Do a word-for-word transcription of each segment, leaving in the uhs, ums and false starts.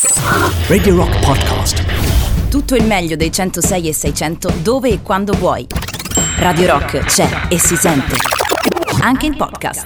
Radio Rock Podcast. Tutto il meglio dei centosei e seicento dove e quando vuoi. Radio Rock c'è e si sente anche in podcast.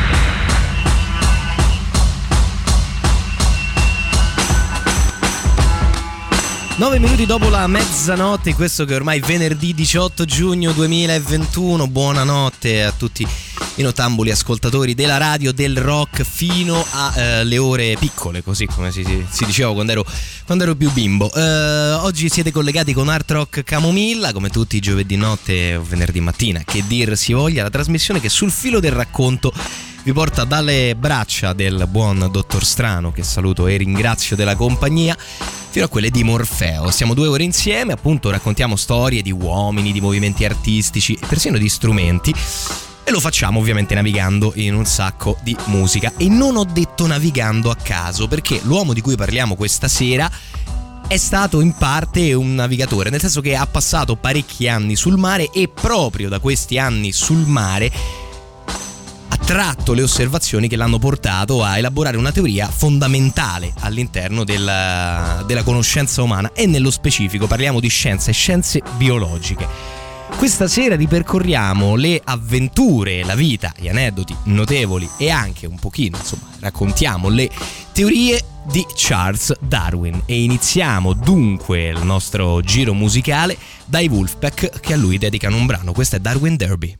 nove minuti dopo la mezzanotte, questo che è ormai venerdì diciotto giugno duemilaventuno. Buonanotte a tutti i nottambuli ascoltatori della radio del rock fino alle eh, ore piccole, così come si, si diceva quando ero, quando ero più bimbo. Eh, oggi siete collegati con Art Rock Camomilla, come tutti i giovedì notte o venerdì mattina, che dir si voglia, la trasmissione che sul filo del racconto vi porta dalle braccia del buon Dottor Strano, che saluto e ringrazio della compagnia, fino a quelle di Morfeo. Stiamo due ore insieme, appunto raccontiamo storie di uomini, di movimenti artistici e persino di strumenti, e lo facciamo ovviamente navigando in un sacco di musica. E non ho detto navigando a caso, perché l'uomo di cui parliamo questa sera è stato in parte un navigatore, nel senso che ha passato parecchi anni sul mare e proprio da questi anni sul mare ha tratto le osservazioni che l'hanno portato a elaborare una teoria fondamentale all'interno della, della conoscenza umana, e nello specifico parliamo di scienze, scienze biologiche. Questa sera ripercorriamo le avventure, la vita, gli aneddoti notevoli e anche un pochino, insomma, raccontiamo le teorie di Charles Darwin, e iniziamo dunque il nostro giro musicale dai Wolfpack, che a lui dedicano un brano. Questo è Darwin Derby.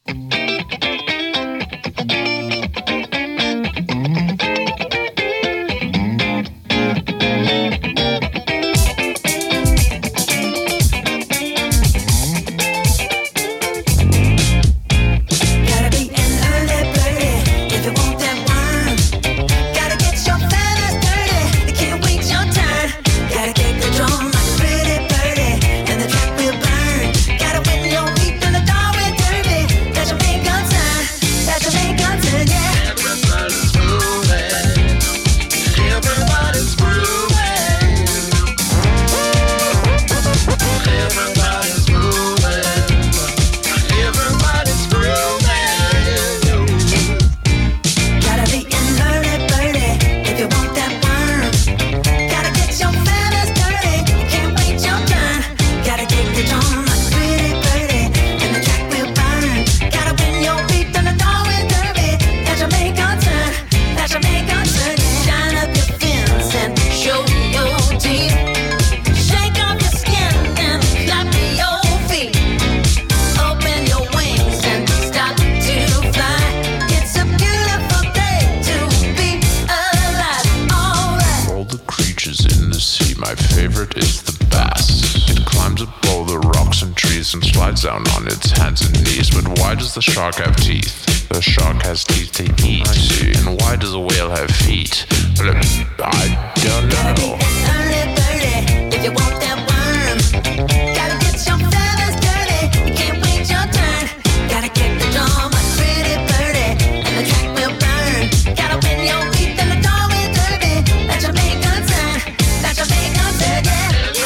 Down on its hands and knees. But why does the shark have teeth? The shark has teeth to eat. I see. And why does a whale have feet? Well, I don't know. Early birdie, if you want that worm, gotta get your feathers dirty. You can't wait your turn. Gotta kick the drum, my pretty birdie, and the track will burn. Gotta win your feet, and the drum will derby. That's your main concern. That's your main concern, yeah.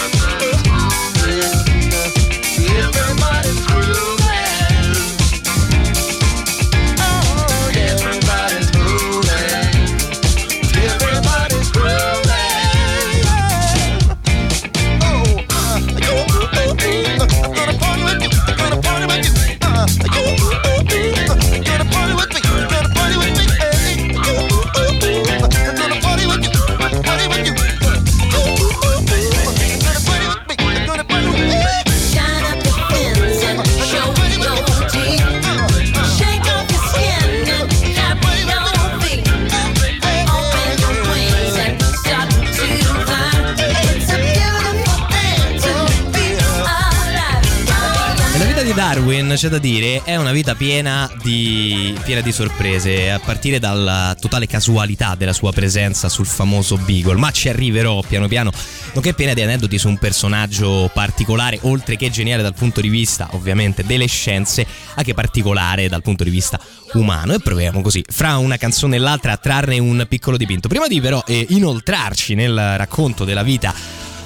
Darwin, c'è da dire, è una vita piena di, piena di sorprese, a partire dalla totale casualità della sua presenza sul famoso Beagle, ma ci arriverò piano piano, nonché piena di aneddoti su un personaggio particolare, oltre che geniale dal punto di vista ovviamente delle scienze, anche particolare dal punto di vista umano. E proviamo così, fra una canzone e l'altra, a trarne un piccolo dipinto. Prima di però eh, inoltrarci nel racconto della vita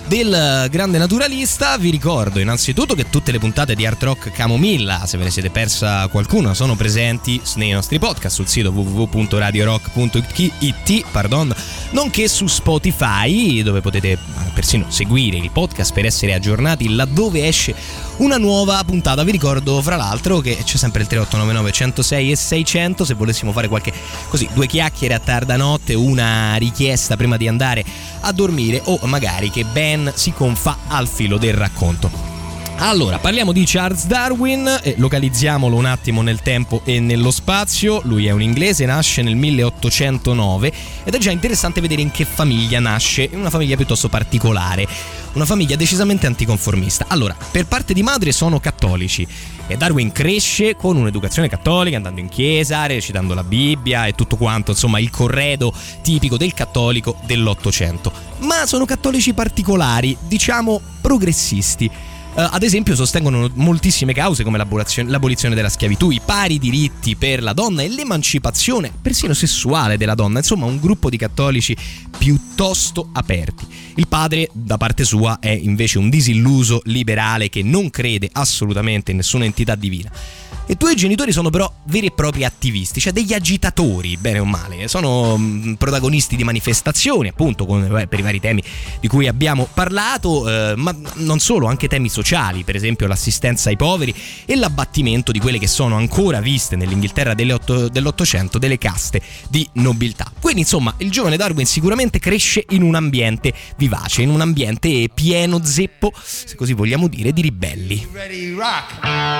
del grande naturalista. Vi ricordo innanzitutto che tutte le puntate di Art Rock Camomilla, se ve ne siete persa qualcuna, sono presenti nei nostri podcast sul sito w w w punto radio rock punto i t, pardon, nonché su Spotify, dove potete persino seguire il podcast per essere aggiornati laddove esce una nuova puntata. Vi ricordo fra l'altro che c'è sempre il tre otto nove nove uno zero sei e seicento se volessimo fare qualche così due chiacchiere a tarda notte, una richiesta prima di andare a dormire o magari che Ben si confà al filo del racconto. Allora, parliamo di Charles Darwin e localizziamolo un attimo nel tempo e nello spazio. Lui è un inglese, nasce nel milleottocentonove ed è già interessante vedere in che famiglia nasce, in una famiglia piuttosto particolare, una famiglia decisamente anticonformista. Allora, per parte di madre sono cattolici e Darwin cresce con un'educazione cattolica, andando in chiesa, recitando la Bibbia e tutto quanto, insomma il corredo tipico del cattolico dell'Ottocento. Ma sono cattolici particolari, diciamo progressisti. Uh, ad esempio sostengono moltissime cause come l'abolizione, l'abolizione della schiavitù, i pari diritti per la donna e l'emancipazione persino sessuale della donna, insomma un gruppo di cattolici piuttosto aperti. Il padre da parte sua è invece un disilluso liberale che non crede assolutamente in nessuna entità divina. E i tuoi genitori sono però veri e propri attivisti, cioè degli agitatori, bene o male, sono mh, protagonisti di manifestazioni, appunto, con, beh, per i vari temi di cui abbiamo parlato, eh, ma non solo, anche temi sociali, per esempio l'assistenza ai poveri e l'abbattimento di quelle che sono ancora viste nell'Inghilterra delle otto, dell'Ottocento delle caste di nobiltà. Quindi, insomma, il giovane Darwin sicuramente cresce in un ambiente vivace, in un ambiente pieno zeppo, se così vogliamo dire, di ribelli. Ready, rock.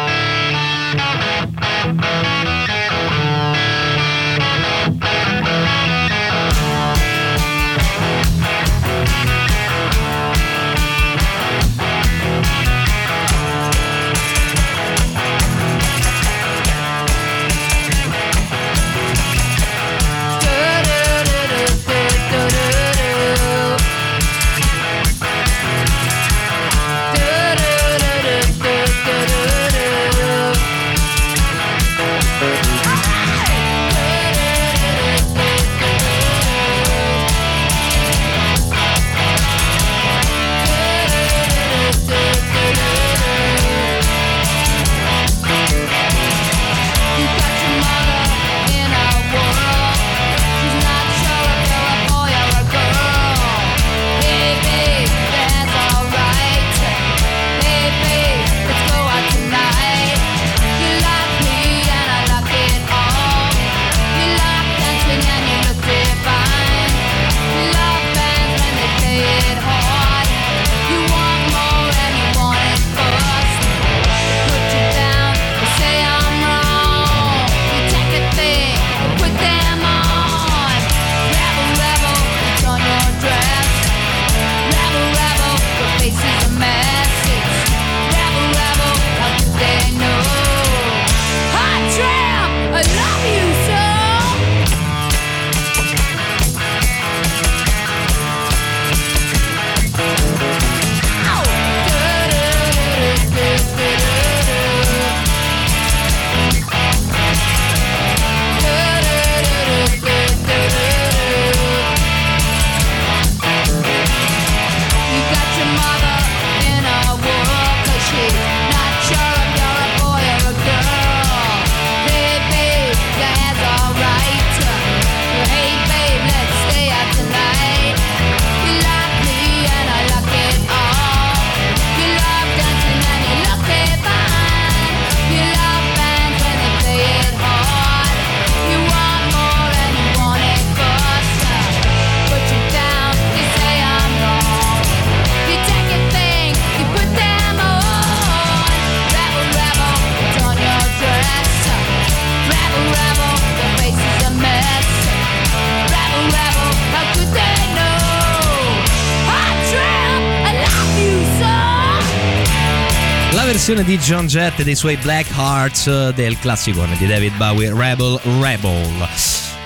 Versione di John Jett e dei suoi Black Hearts del classicone di David Bowie, Rebel Rebel.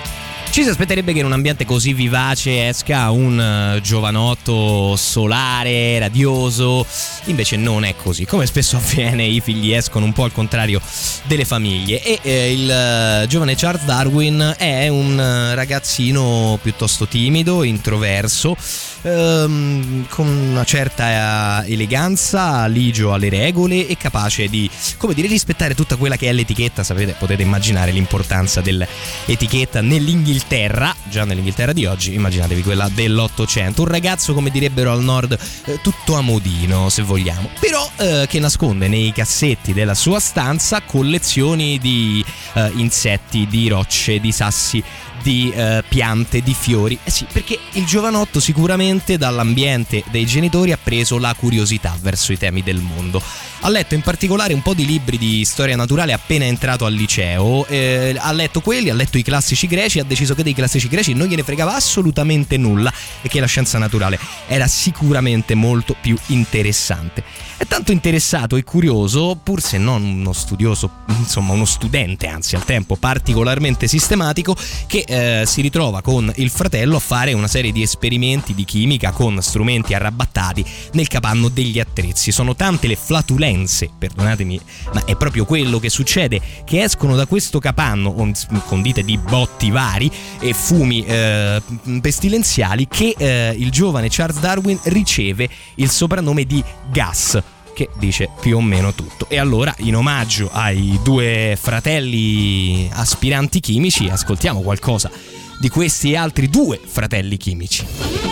Ci si aspetterebbe che in un ambiente così vivace esca un uh, giovanotto solare, radioso, invece non è così. Come spesso avviene, i figli escono un po' al contrario delle famiglie e eh, il uh, giovane Charles Darwin è un uh, ragazzino piuttosto timido, introverso, ehm, con una certa eleganza, ligio alle regole e capace di, come dire, rispettare tutta quella che è l'etichetta. Sapete, potete immaginare l'importanza dell'etichetta nell'Inghilterra, già nell'Inghilterra di oggi, immaginatevi quella dell'Ottocento. Un ragazzo, come direbbero al nord, eh, tutto a modino, se vogliamo, però eh, che nasconde nei cassetti della sua stanza collezioni di eh, insetti, di rocce, di sassi, di eh, piante, di fiori. Eh sì, perché il giovanotto sicuramente dall'ambiente dei genitori ha preso la curiosità verso i temi del mondo. Ha letto in particolare un po' di libri di storia naturale appena entrato al liceo, eh, ha letto quelli, ha letto i classici greci, ha deciso che dei classici greci non gliene fregava assolutamente nulla e che la scienza naturale era sicuramente molto più interessante. È tanto interessato e curioso, pur se non uno studioso, insomma uno studente anzi al tempo particolarmente sistematico, che eh, si ritrova con il fratello a fare una serie di esperimenti di chimica con strumenti arrabattati nel capanno degli attrezzi. Sono tante le flatulenze, perdonatemi, ma è proprio quello che succede, che escono da questo capanno condite di botti vari e fumi eh, pestilenziali, che eh, il giovane Charles Darwin riceve il soprannome di gas, che dice più o meno tutto. E allora, in omaggio ai due fratelli aspiranti chimici, ascoltiamo qualcosa di questi e altri due fratelli chimici.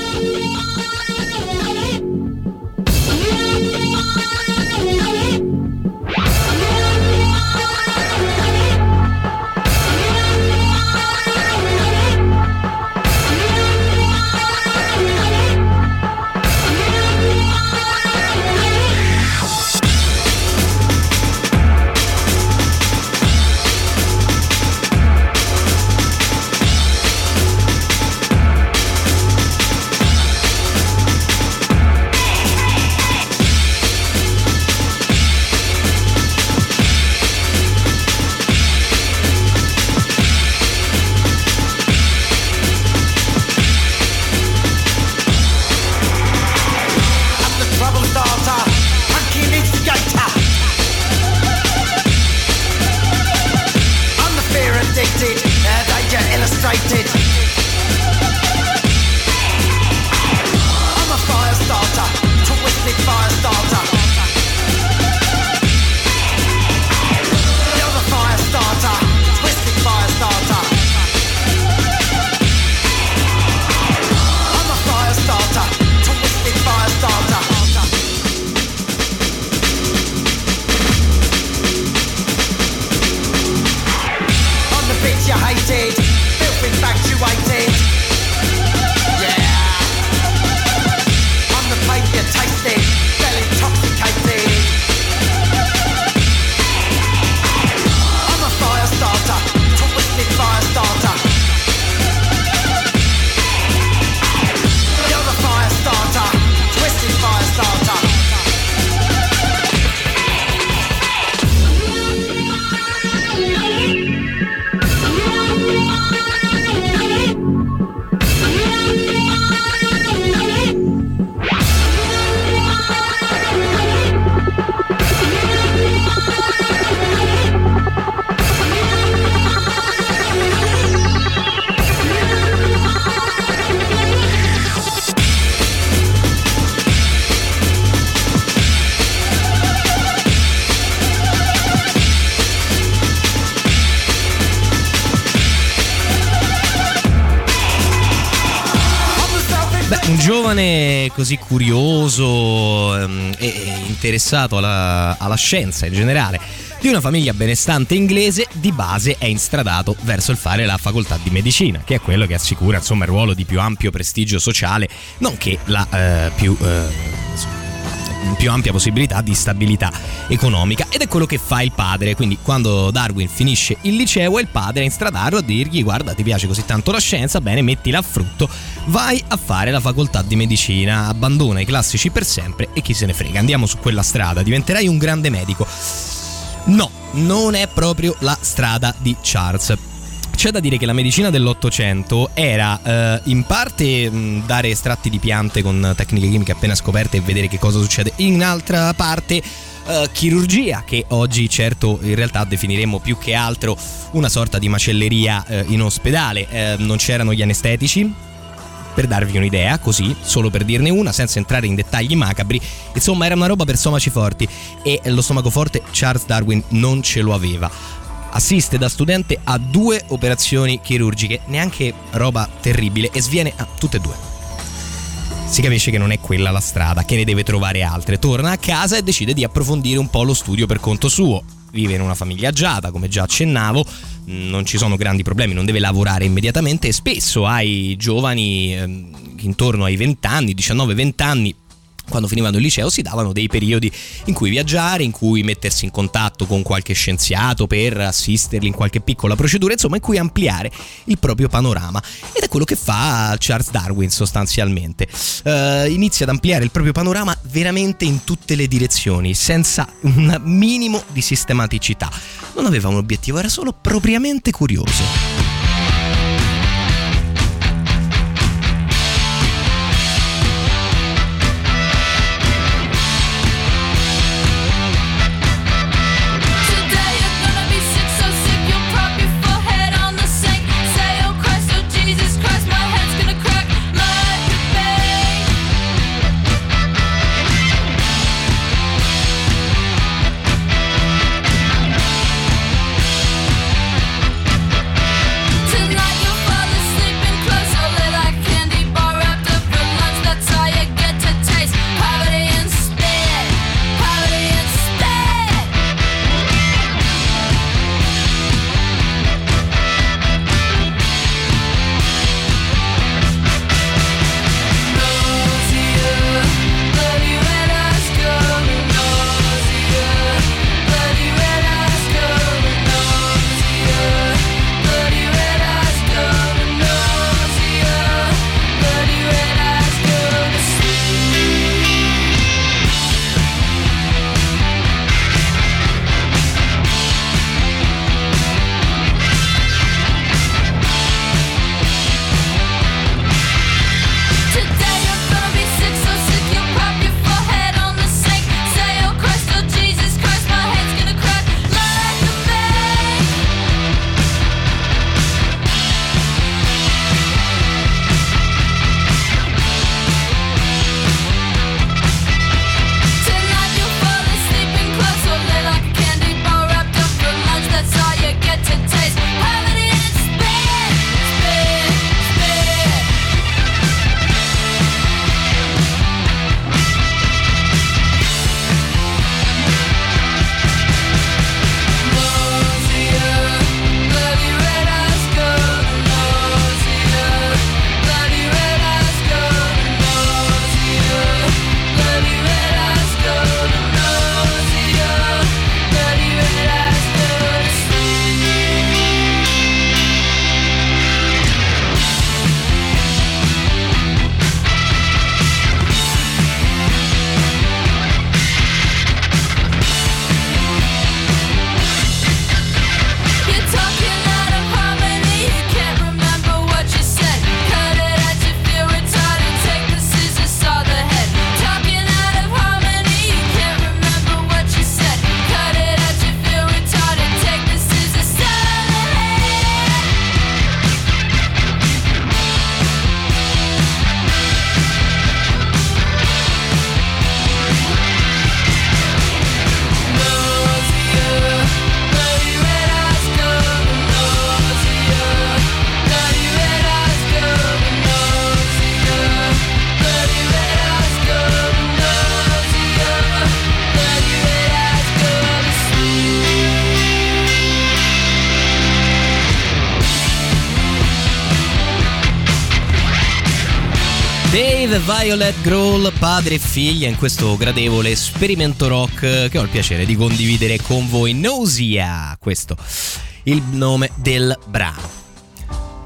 Giovane così curioso ehm, e interessato alla, alla scienza in generale, di una famiglia benestante inglese, di base è instradato verso il fare la facoltà di medicina, che è quello che assicura, insomma, il ruolo di più ampio prestigio sociale, nonché la eh, più eh, più ampia possibilità di stabilità economica, ed è quello che fa il padre. Quindi quando Darwin finisce il liceo è il padre a instradarlo, a dirgli: guarda, ti piace così tanto la scienza, bene, mettila a frutto, vai a fare la facoltà di medicina, abbandona i classici per sempre e chi se ne frega, andiamo su quella strada, diventerai un grande medico. No, non è proprio la strada di Charles. C'è da dire che la medicina dell'Ottocento era eh, in parte mh, dare estratti di piante con tecniche chimiche appena scoperte e vedere che cosa succede, in altra parte Uh, chirurgia, che oggi certo in realtà definiremmo più che altro una sorta di macelleria uh, in ospedale. Uh, non c'erano gli anestetici, per darvi un'idea, così, solo per dirne una, senza entrare in dettagli macabri. Insomma, era una roba per stomaci forti, e lo stomaco forte Charles Darwin non ce lo aveva. Assiste da studente a due operazioni chirurgiche, neanche roba terribile, e sviene a tutte e due. Si capisce che non è quella la strada, che ne deve trovare altre. Torna a casa e decide di approfondire un po' lo studio per conto suo. Vive in una famiglia agiata, come già accennavo, non ci sono grandi problemi, non deve lavorare immediatamente, e spesso ai giovani eh, intorno ai venti anni, diciannove venti anni, quando finivano il liceo, si davano dei periodi in cui viaggiare, in cui mettersi in contatto con qualche scienziato per assisterli in qualche piccola procedura, insomma in cui ampliare il proprio panorama. Ed è quello che fa Charles Darwin sostanzialmente. Uh, inizia ad ampliare il proprio panorama veramente in tutte le direzioni, senza un minimo di sistematicità. Non aveva un obiettivo, era solo propriamente curioso. Dave Violet Grohl, padre e figlia, in questo gradevole esperimento rock che ho il piacere di condividere con voi. Nausea, questo il nome del brano.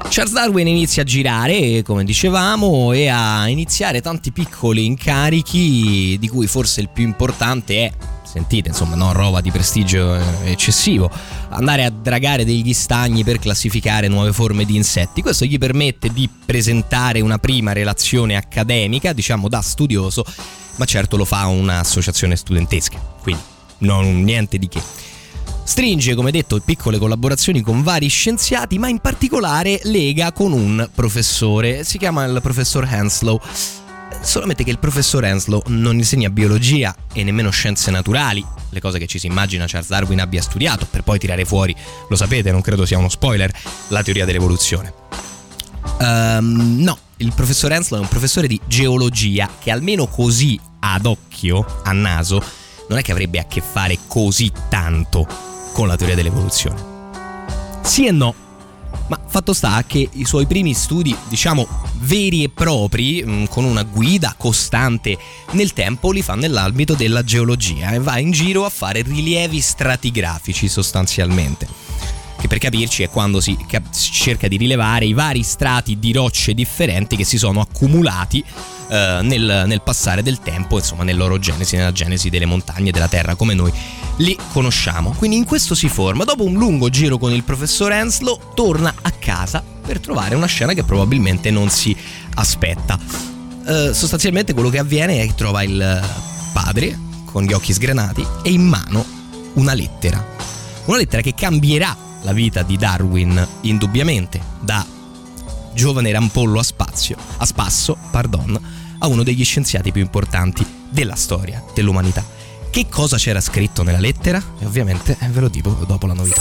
Charles Darwin inizia a girare, come dicevamo, e a iniziare tanti piccoli incarichi, di cui forse il più importante è, sentite, insomma, non roba di prestigio eccessivo, andare a dragare degli stagni per classificare nuove forme di insetti. Questo gli permette di presentare una prima relazione accademica, diciamo da studioso, ma certo lo fa un'associazione studentesca, quindi non niente di che. Stringe, come detto, piccole collaborazioni con vari scienziati, ma in particolare lega con un professore, si chiama il professor Henslow. Solamente che il professor Henslow non insegna biologia e nemmeno scienze naturali, le cose che ci si immagina Charles Darwin abbia studiato, per poi tirare fuori, lo sapete, non credo sia uno spoiler, la teoria dell'evoluzione. Um, no, il professor Henslow è un professore di geologia che almeno così ad occhio, a naso, non è che avrebbe a che fare così tanto con la teoria dell'evoluzione. Sì e no, ma fatto sta che i suoi primi studi, diciamo veri e propri, con una guida costante nel tempo, li fa nell'ambito della geologia e va in giro a fare rilievi stratigrafici sostanzialmente, che per capirci è quando si cerca di rilevare i vari strati di rocce differenti che si sono accumulati eh, nel, nel passare del tempo, insomma nella loro genesi, nella genesi delle montagne della Terra come noi li conosciamo. Quindi in questo si forma. Dopo un lungo giro con il professor Henslow torna a casa per trovare una scena che probabilmente non si aspetta. Eh, sostanzialmente quello che avviene è che trova il padre con gli occhi sgranati e in mano una lettera. Una lettera che cambierà la vita di Darwin indubbiamente, da giovane rampollo a spazio, a spasso, pardon, a uno degli scienziati più importanti della storia dell'umanità. Che cosa c'era scritto nella lettera? E ovviamente ve lo dico dopo la novità.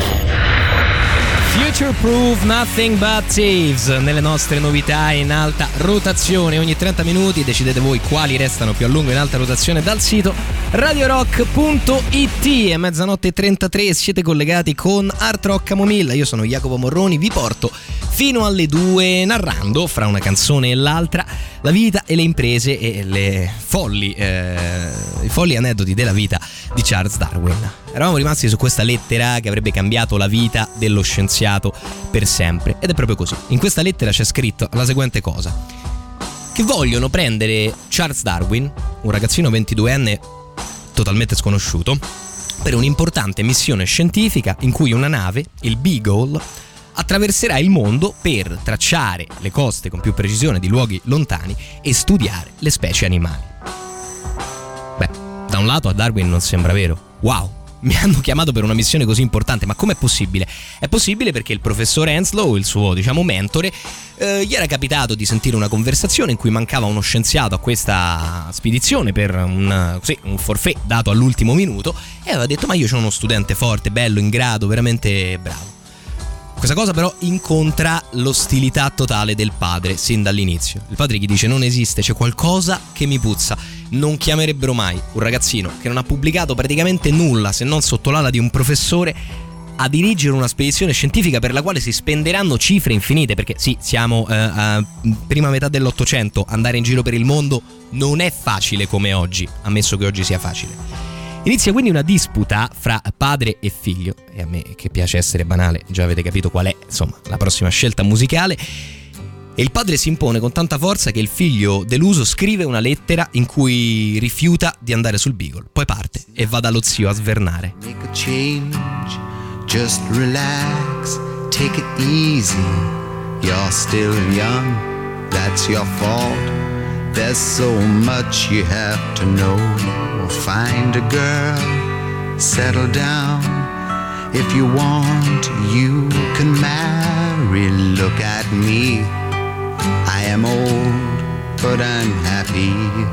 Future Proof Nothing But Thieves nelle nostre novità in alta rotazione. Ogni trenta minuti decidete voi quali restano più a lungo in alta rotazione dal sito radio rock punto it. È mezzanotte e trentatré, siete collegati con Art Rock Camomilla. Io sono Jacopo Morroni, vi porto fino alle due narrando, fra una canzone e l'altra, la vita e le imprese e le folli, eh, i folli aneddoti della vita di Charles Darwin. Eravamo rimasti su questa lettera che avrebbe cambiato la vita dello scienziato per sempre, ed è proprio così. In questa lettera c'è scritto la seguente cosa: che vogliono prendere Charles Darwin, un ragazzino ventiduenne totalmente sconosciuto, per un'importante missione scientifica in cui una nave, il Beagle, attraverserà il mondo per tracciare le coste con più precisione di luoghi lontani e studiare le specie animali. Beh, da un lato a Darwin non sembra vero. Wow, mi hanno chiamato per una missione così importante, ma com'è possibile? È possibile perché il professor Henslow, il suo, diciamo, mentore, eh, gli era capitato di sentire una conversazione in cui mancava uno scienziato a questa spedizione per un, così, un forfait dato all'ultimo minuto, e aveva detto: ma io sono uno studente forte, bello, in grado, veramente bravo. Questa cosa però incontra l'ostilità totale del padre sin dall'inizio. Il padre gli dice: non esiste, c'è qualcosa che mi puzza. Non chiamerebbero mai un ragazzino che non ha pubblicato praticamente nulla, se non sotto l'ala di un professore, a dirigere una spedizione scientifica per la quale si spenderanno cifre infinite, perché sì, siamo eh, a prima metà dell'Ottocento, andare in giro per il mondo non è facile come oggi, ammesso che oggi sia facile. Inizia quindi una disputa fra padre e figlio, e a me che piace essere banale, già avete capito qual è, insomma, la prossima scelta musicale. E il padre si impone con tanta forza che il figlio, deluso, scrive una lettera in cui rifiuta di andare sul Beagle. Poi parte e va dallo zio a svernare. Make a change, just relax, take it easy. You're still young, that's your fault. There's so much you have to know. Find a girl, settle down. If you want, you can marry. Look at me, I am old, but I'm happy.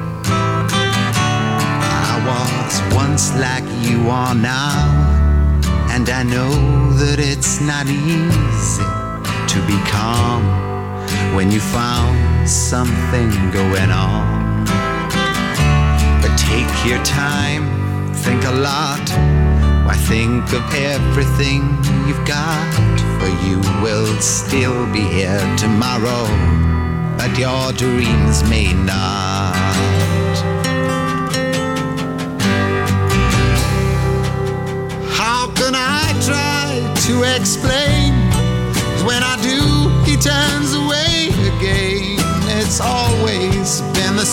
I was once like you are now, and I know that it's not easy to be calm when you found something going on. But take your time, think a lot. Why think of everything you've got? For you will still be here tomorrow, but your dreams may not. How can I try to explain? When I do,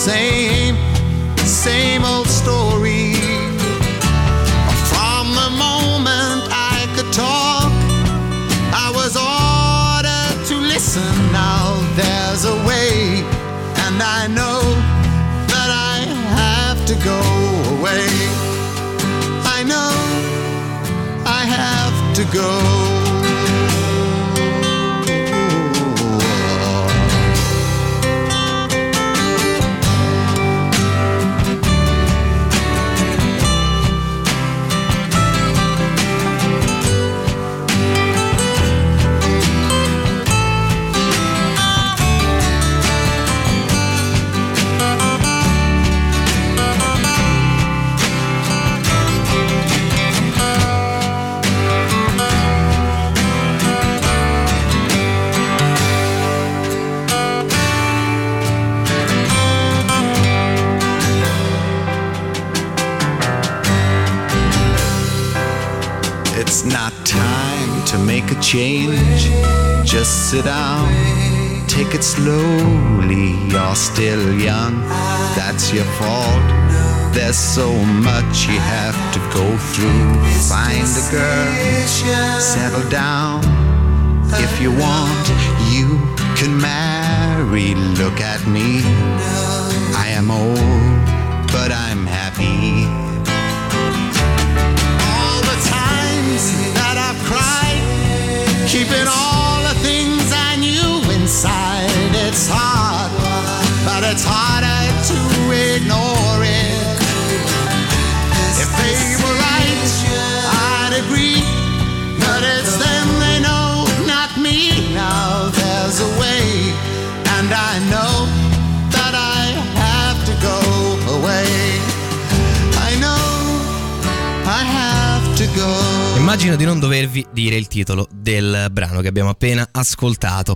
same, same old story. From the moment I could talk, I was ordered to listen. Now there's a way, and I know that I have to go away. I know I have to go. It's not time to make a change. Just sit down, take it slowly. You're still young, that's your fault. There's so much you have to go through. Find a girl, settle down. If you want, you can marry. Look at me, I am old, but I'm happy. That I've cried, keeping all the things I knew inside. It's hard, but it's harder to ignore it. If they were right, I'd agree, but it's them they know, not me. Now there's a way, and I know that I have to go away. I know I have to go. Immagino di non dovervi dire il titolo del brano che abbiamo appena ascoltato.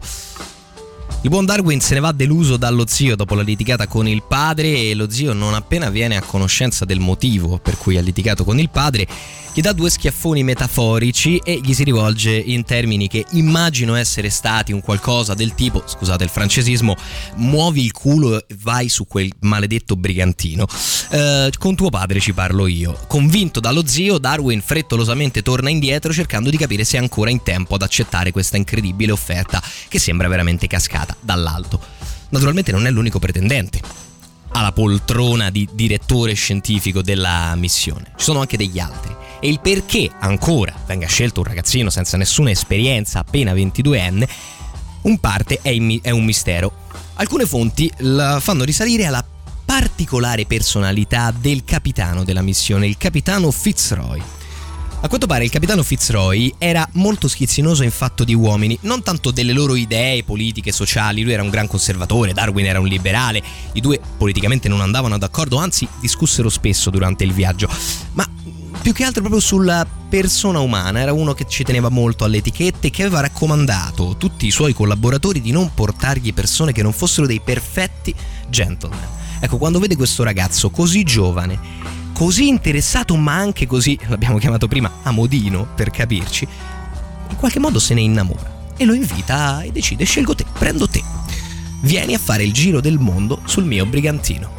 Il buon Darwin se ne va deluso dallo zio dopo la litigata con il padre, e lo zio, non appena viene a conoscenza del motivo per cui ha litigato con il padre, gli dà due schiaffoni metaforici e gli si rivolge in termini che immagino essere stati un qualcosa del tipo, scusate il francesismo, muovi il culo e vai su quel maledetto brigantino. Eh, con tuo padre ci parlo io. Convinto dallo zio, Darwin frettolosamente torna indietro cercando di capire se è ancora in tempo ad accettare questa incredibile offerta che sembra veramente cascata dall'alto. Naturalmente non è l'unico pretendente alla poltrona di direttore scientifico della missione, ci sono anche degli altri, e il perché ancora venga scelto un ragazzino senza nessuna esperienza, appena ventiduenne, un parte è, in, è un mistero. Alcune fonti la fanno risalire alla particolare personalità del capitano della missione, il capitano Fitzroy. A quanto pare il capitano Fitzroy era molto schizzinoso in fatto di uomini, non tanto delle loro idee politiche e sociali. Lui era un gran conservatore, Darwin era un liberale, i due politicamente non andavano d'accordo, anzi discussero spesso durante il viaggio, ma più che altro proprio sulla persona umana. Era uno che ci teneva molto alle etichette, che aveva raccomandato a tutti i suoi collaboratori di non portargli persone che non fossero dei perfetti gentleman. Ecco, quando vede questo ragazzo così giovane, così interessato, ma anche così, l'abbiamo chiamato prima, a modino, per capirci, in qualche modo se ne innamora e lo invita e decide: scelgo te, prendo te, vieni a fare il giro del mondo sul mio brigantino.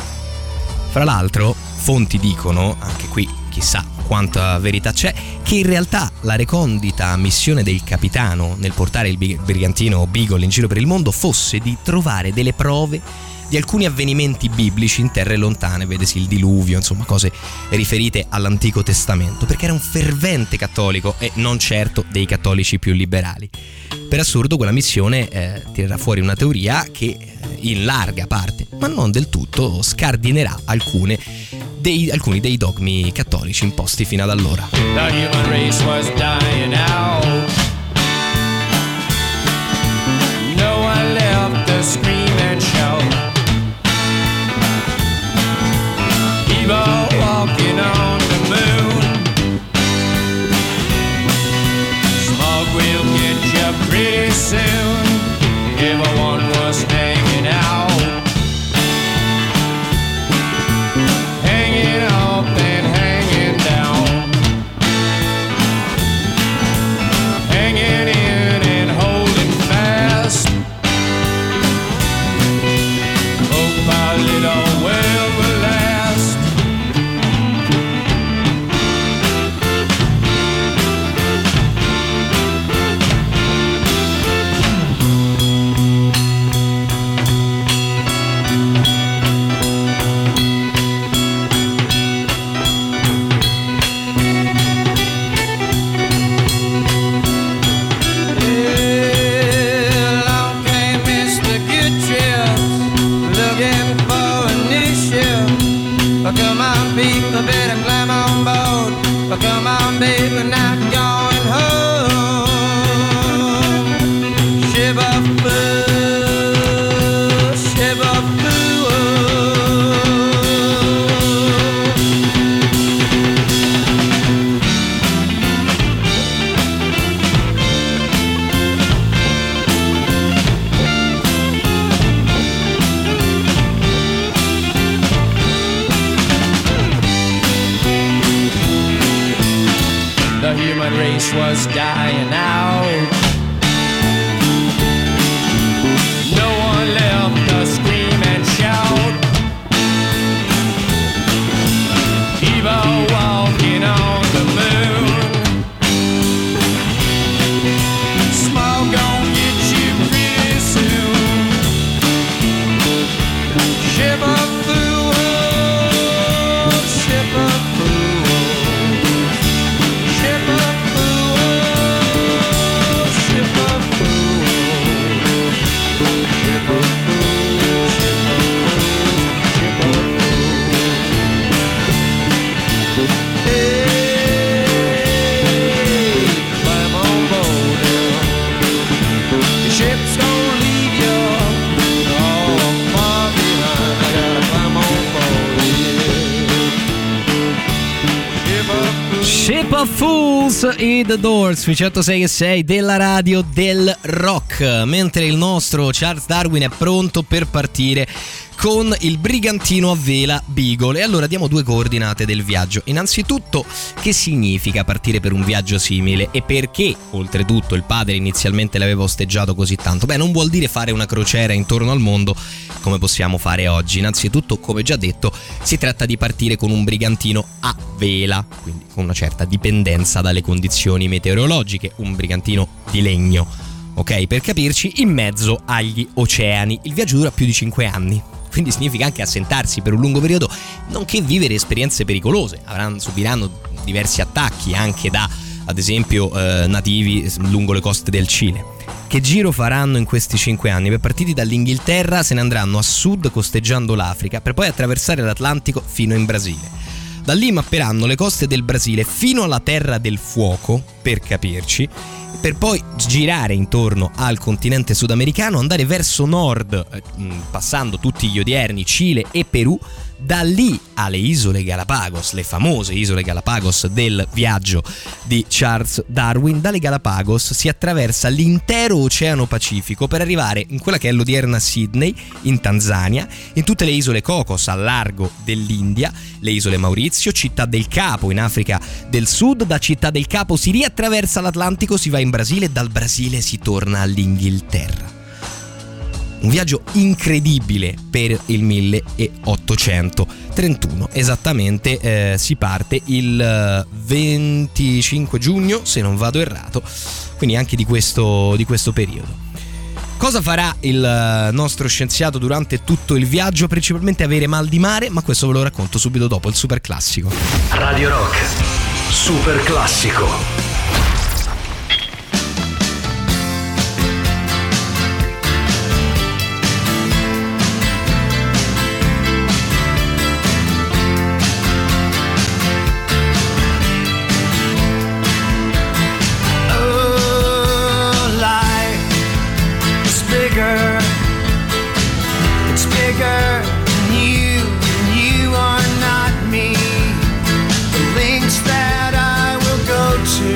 Fra l'altro, fonti dicono, anche qui chissà quanta verità c'è, che in realtà la recondita missione del capitano nel portare il brigantino Beagle in giro per il mondo fosse di trovare delle prove di alcuni avvenimenti biblici in terre lontane, vedesi il diluvio, insomma cose riferite all'Antico Testamento, perché era un fervente cattolico e non certo dei cattolici più liberali. Per assurdo quella missione eh, tirerà fuori una teoria che eh, in larga parte, ma non del tutto, scardinerà alcune dei, alcuni dei dogmi cattolici imposti fino ad allora. The human race was dying out. No one left to scream and shout. People walking on the moon. Smoke will get you pretty soon. Everyone was hanging out, hanging up and hanging down, hanging in and holding fast. Well, come on, people, better climb on board. Well, come on, baby, we're not going home. Ship of fool, ship of fool. The human race was dying out. No one left to scream and shout. People walking on the moon. Smoke gon' get you pretty soon. Ship of fool, ship of fool. Ship of fool, ship of fool, ship of fool, ship of fool. Hey, climb on board now. The ship's gonna leave you all far behind. I gotta climb on board, yeah. Ship of fool. Ship of Fools e The Doors sui centosei e sei della radio del rock, mentre il nostro Charles Darwin è pronto per partire con il brigantino a vela Beagle. E allora diamo due coordinate del viaggio. Innanzitutto, che significa partire per un viaggio simile e perché oltretutto il padre inizialmente l'aveva osteggiato così tanto? Beh, non vuol dire fare una crociera intorno al mondo come possiamo fare oggi. Innanzitutto, come già detto, si tratta di partire con un brigantino a vela, quindi con una certa dipendenza dalle condizioni meteorologiche, un brigantino di legno, ok? Per capirci, in mezzo agli oceani. Il viaggio dura più di cinque anni, quindi significa anche assentarsi per un lungo periodo, nonché vivere esperienze pericolose. Avranno, subiranno diversi attacchi anche da, ad esempio, eh, nativi lungo le coste del Cile. Che giro faranno in questi cinque anni? Per partiti dall'Inghilterra se ne andranno a sud costeggiando l'Africa per poi attraversare l'Atlantico fino in Brasile. Da lì mapperanno le coste del Brasile fino alla Terra del Fuoco, per capirci, per poi girare intorno al continente sudamericano, andare verso nord, eh, passando tutti gli odierni Cile e Perù, da lì alle isole Galapagos, le famose isole Galapagos del viaggio di Charles Darwin. Dalle Galapagos si attraversa l'intero Oceano Pacifico per arrivare in quella che è l'odierna Sydney, in Tanzania, in tutte le isole Cocos al largo dell'India, le isole Maurizio, Città del Capo in Africa del Sud. Da Città del Capo si riattraversa l'Atlantico, si va in Brasile e dal Brasile si torna all'Inghilterra. Un viaggio incredibile per il milleottocentotrentuno. Esattamente, eh, si parte il venticinque giugno, se non vado errato, quindi anche di questo, di questo periodo. Cosa farà il nostro scienziato durante tutto il viaggio? Principalmente avere mal di mare, ma questo ve lo racconto subito dopo il super classico. Radio Rock, super classico. To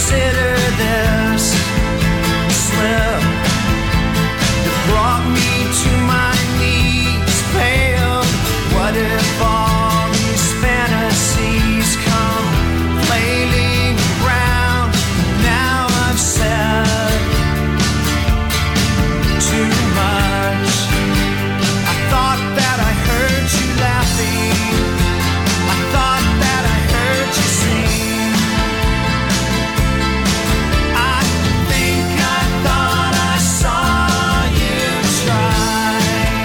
consider this slip that brought me to my knees, pale. What if all these fantasies come flailing around? Now I've said too much. I thought that I heard you laughing. I thought that I heard you sing. I think I thought I saw you try.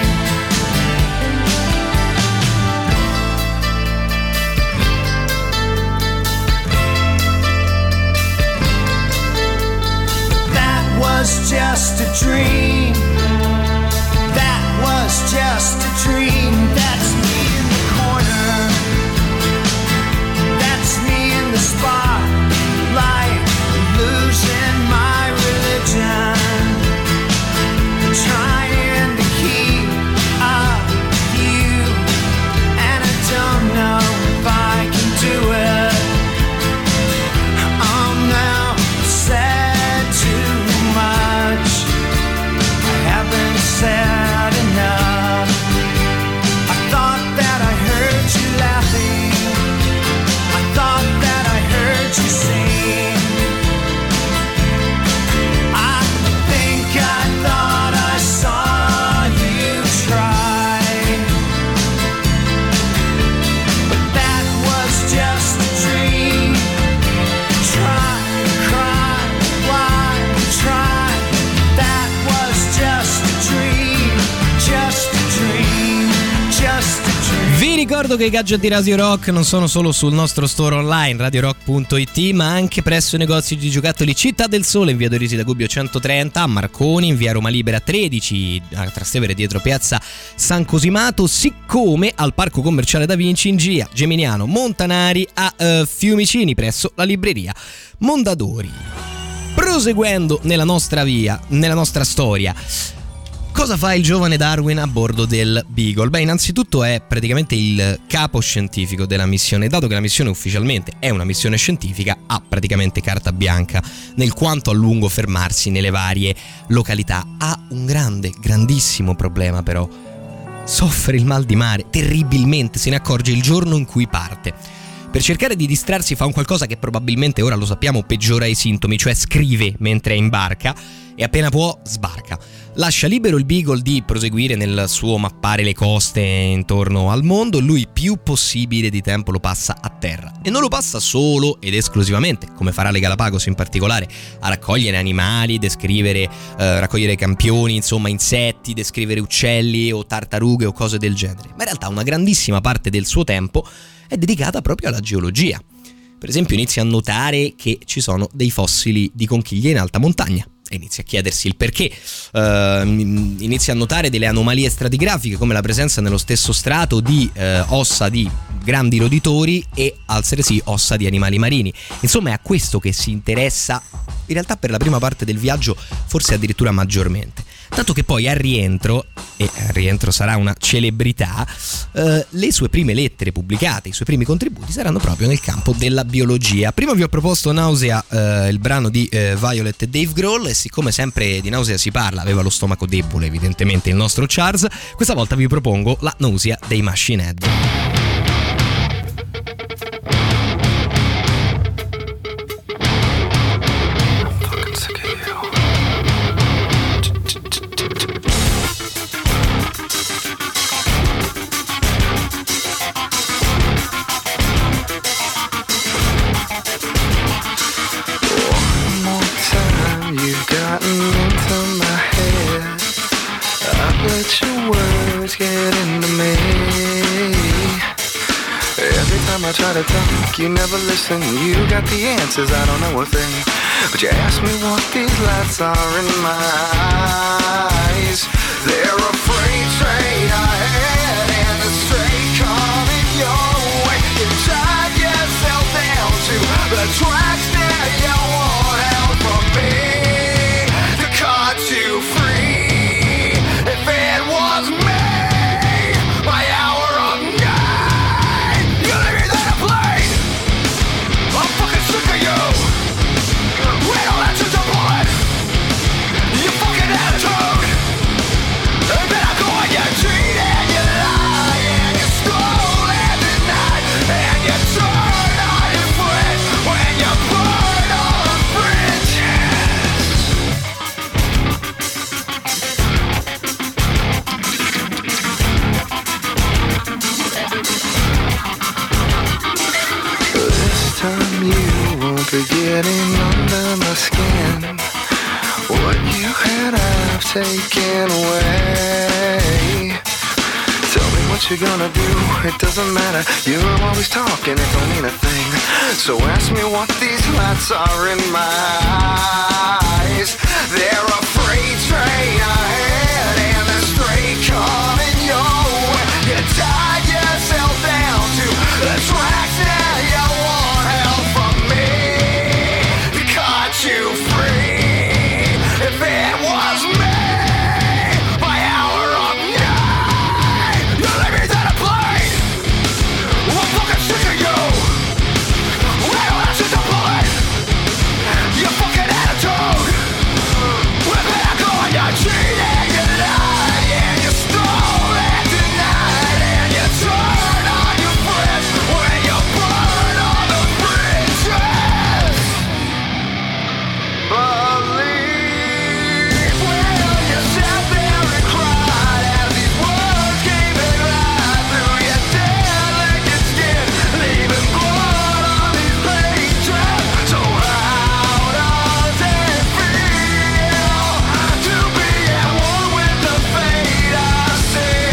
That was just a dream. That was just a dream. That's me in the corner. That's me in the spotlight, losing my religion, trying to keep up with you, and I don't know if I can do it. I'm now said too much. I haven't said enough. I thought that I heard you laughing. I thought that I heard you sing. I think I thought I saw you try. But that was just a dream. Try, cry, why try? That was just a dream. Just a dream. Just a dream. Vi ricordo che i gadget di Radio Rock non sono solo sul nostro store online radio rock punto it, ma anche presso i negozi di giocattoli Città del Sole in via Dorisi da Gubbio centotrenta, a Marconi in via Roma Libera tredici, a Trastevere dietro piazza San Cosimato, siccome al Parco Commerciale Da Vinci in Gia, Geminiano, Montanari a eh, Fiumicini presso la libreria Mondadori. Proseguendo nella nostra via, nella nostra storia, cosa fa il giovane Darwin a bordo del Beagle? Beh, innanzitutto è praticamente il capo scientifico della missione. Dato che la missione ufficialmente è una missione scientifica, ha praticamente carta bianca nel quanto a lungo fermarsi nelle varie località. Ha un grande, grandissimo problema però. Soffre il mal di mare, terribilmente, se ne accorge il giorno in cui parte. Per cercare di distrarsi fa un qualcosa che probabilmente, ora lo sappiamo, peggiora i sintomi, cioè scrive mentre è in barca e appena può sbarca. Lascia libero il Beagle di proseguire nel suo mappare le coste intorno al mondo, lui più possibile di tempo lo passa a terra. E non lo passa solo ed esclusivamente, come farà le Galapagos in particolare, a raccogliere animali, descrivere, eh, raccogliere campioni, insomma insetti, descrivere uccelli o tartarughe o cose del genere. Ma in realtà una grandissima parte del suo tempo è dedicata proprio alla geologia. Per esempio inizia a notare che ci sono dei fossili di conchiglie in alta montagna e inizia a chiedersi il perché. Uh, inizia a notare delle anomalie stratigrafiche come la presenza nello stesso strato di uh, ossa di grandi roditori e altresì ossa di animali marini. Insomma è a questo che si interessa in realtà per la prima parte del viaggio, forse addirittura maggiormente. Tanto che poi al rientro, e al rientro sarà una celebrità, eh, le sue prime lettere pubblicate, i suoi primi contributi saranno proprio nel campo della biologia. Prima vi ho proposto Nausea, eh, il brano di eh, Violet e Dave Grohl, e siccome sempre di nausea si parla, aveva lo stomaco debole evidentemente il nostro Charles, questa volta vi propongo la nausea dei Machine Head. I try to talk, you never listen. You got the answers, I don't know a thing. But you ask me what these lights are in my eyes. They're a freight train ahead and a straight coming your way. You drive yourself down to the tracks that you want out from me to cut you free. If it was me, my hour of night, you leave me there to play. I'm fucking sick of you. time you won't be getting under my skin. What you had I've taken away. Tell me what you're gonna do, it doesn't matter. You're always talking, it don't mean a thing. So ask me what these lights are in my eyes. They're a freight train ahead and a straight coming your way. You tied yourself down to the tracks, now you want help from me to cut you free. If it was me, by hour of night, you leave me to the plane. I'm fucking sick of you. We don't have to play. Your fucking attitude. We're back on your cheating, you lied, and you stole it tonight, and you turn on your friends when you burn all the bridges. Believe when you sat there and cried as these words came in right through your delicate skin, leaving blood on these pages. So how does it feel to be at war with the fate I see?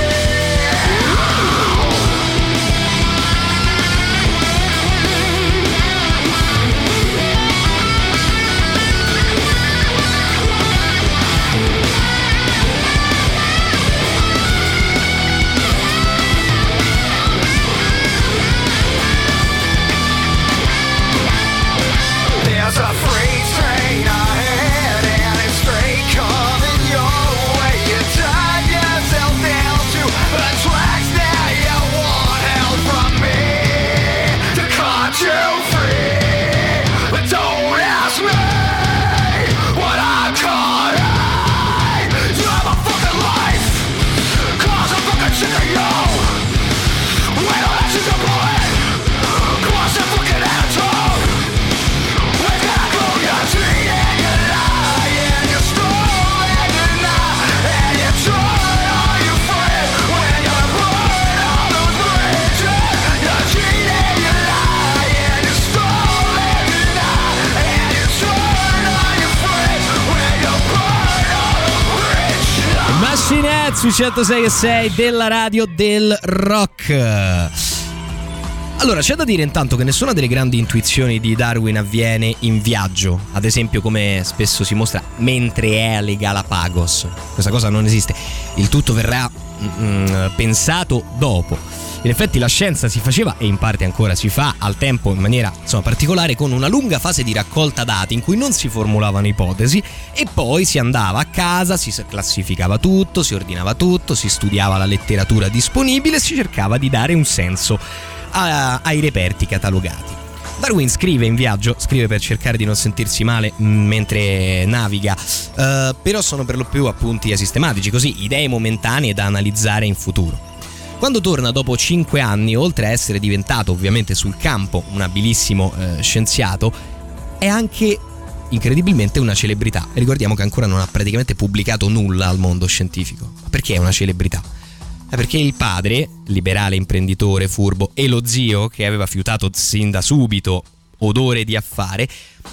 There's a freight train ahead and it's straight coming your way. You tied yourself down to the tracks, now you want help from me to cut you free. But don't ask me what I'm caught in. You have a fucking life, cause I'm fucking sick of you. We don't let you complete, cause your fucking attitude. We gotta go, you're cheating, you lie, and you stole it tonight, and you turn on your friends when you burn all those bridges. You're cheating, you lie, and you stole it tonight, and you turn on your friends when you burn all those bridges. Machinette sui centosei e sei della radio del rock. Allora, c'è da dire intanto che nessuna delle grandi intuizioni di Darwin avviene in viaggio, ad esempio come spesso si mostra mentre è alle Galapagos. Questa cosa non esiste, il tutto verrà mm, pensato dopo. In effetti la scienza si faceva, e in parte ancora si fa al tempo in maniera insomma particolare, con una lunga fase di raccolta dati in cui non si formulavano ipotesi e poi si andava a casa, si classificava tutto, si ordinava tutto, si studiava la letteratura disponibile e si cercava di dare un senso a, ai reperti catalogati. Darwin scrive in viaggio, scrive per cercare di non sentirsi male mentre naviga, eh, però sono per lo più appunti asistematici, così idee momentanee da analizzare in futuro. Quando torna dopo cinque anni, oltre a essere diventato ovviamente sul campo un abilissimo eh, scienziato, è anche incredibilmente una celebrità. Ricordiamo che ancora non ha praticamente pubblicato nulla al mondo scientifico. Ma perché è una celebrità? È perché il padre, liberale imprenditore furbo, e lo zio, che aveva fiutato sin da subito odore di affare,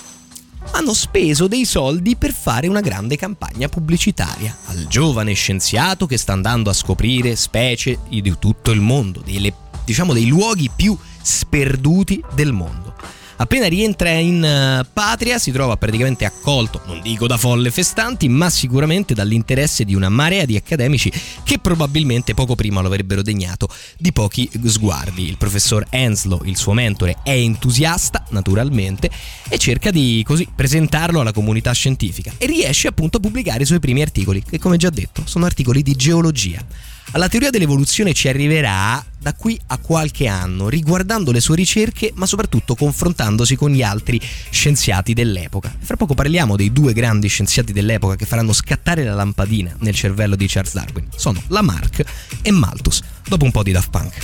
hanno speso dei soldi per fare una grande campagna pubblicitaria al giovane scienziato che sta andando a scoprire specie di tutto il mondo, delle, diciamo dei luoghi più sperduti del mondo. Appena rientra in patria si trova praticamente accolto, non dico da folle festanti, ma sicuramente dall'interesse di una marea di accademici che probabilmente poco prima lo avrebbero degnato di pochi sguardi. Il professor Henslow, il suo mentore, è entusiasta naturalmente e cerca di così presentarlo alla comunità scientifica e riesce appunto a pubblicare i suoi primi articoli, che come già detto sono articoli di geologia. Alla teoria dell'evoluzione ci arriverà da qui a qualche anno, riguardando le sue ricerche, ma soprattutto confrontandosi con gli altri scienziati dell'epoca. E fra poco parliamo dei due grandi scienziati dell'epoca che faranno scattare la lampadina nel cervello di Charles Darwin. Sono Lamarck e Malthus, dopo un po' di Daft Punk.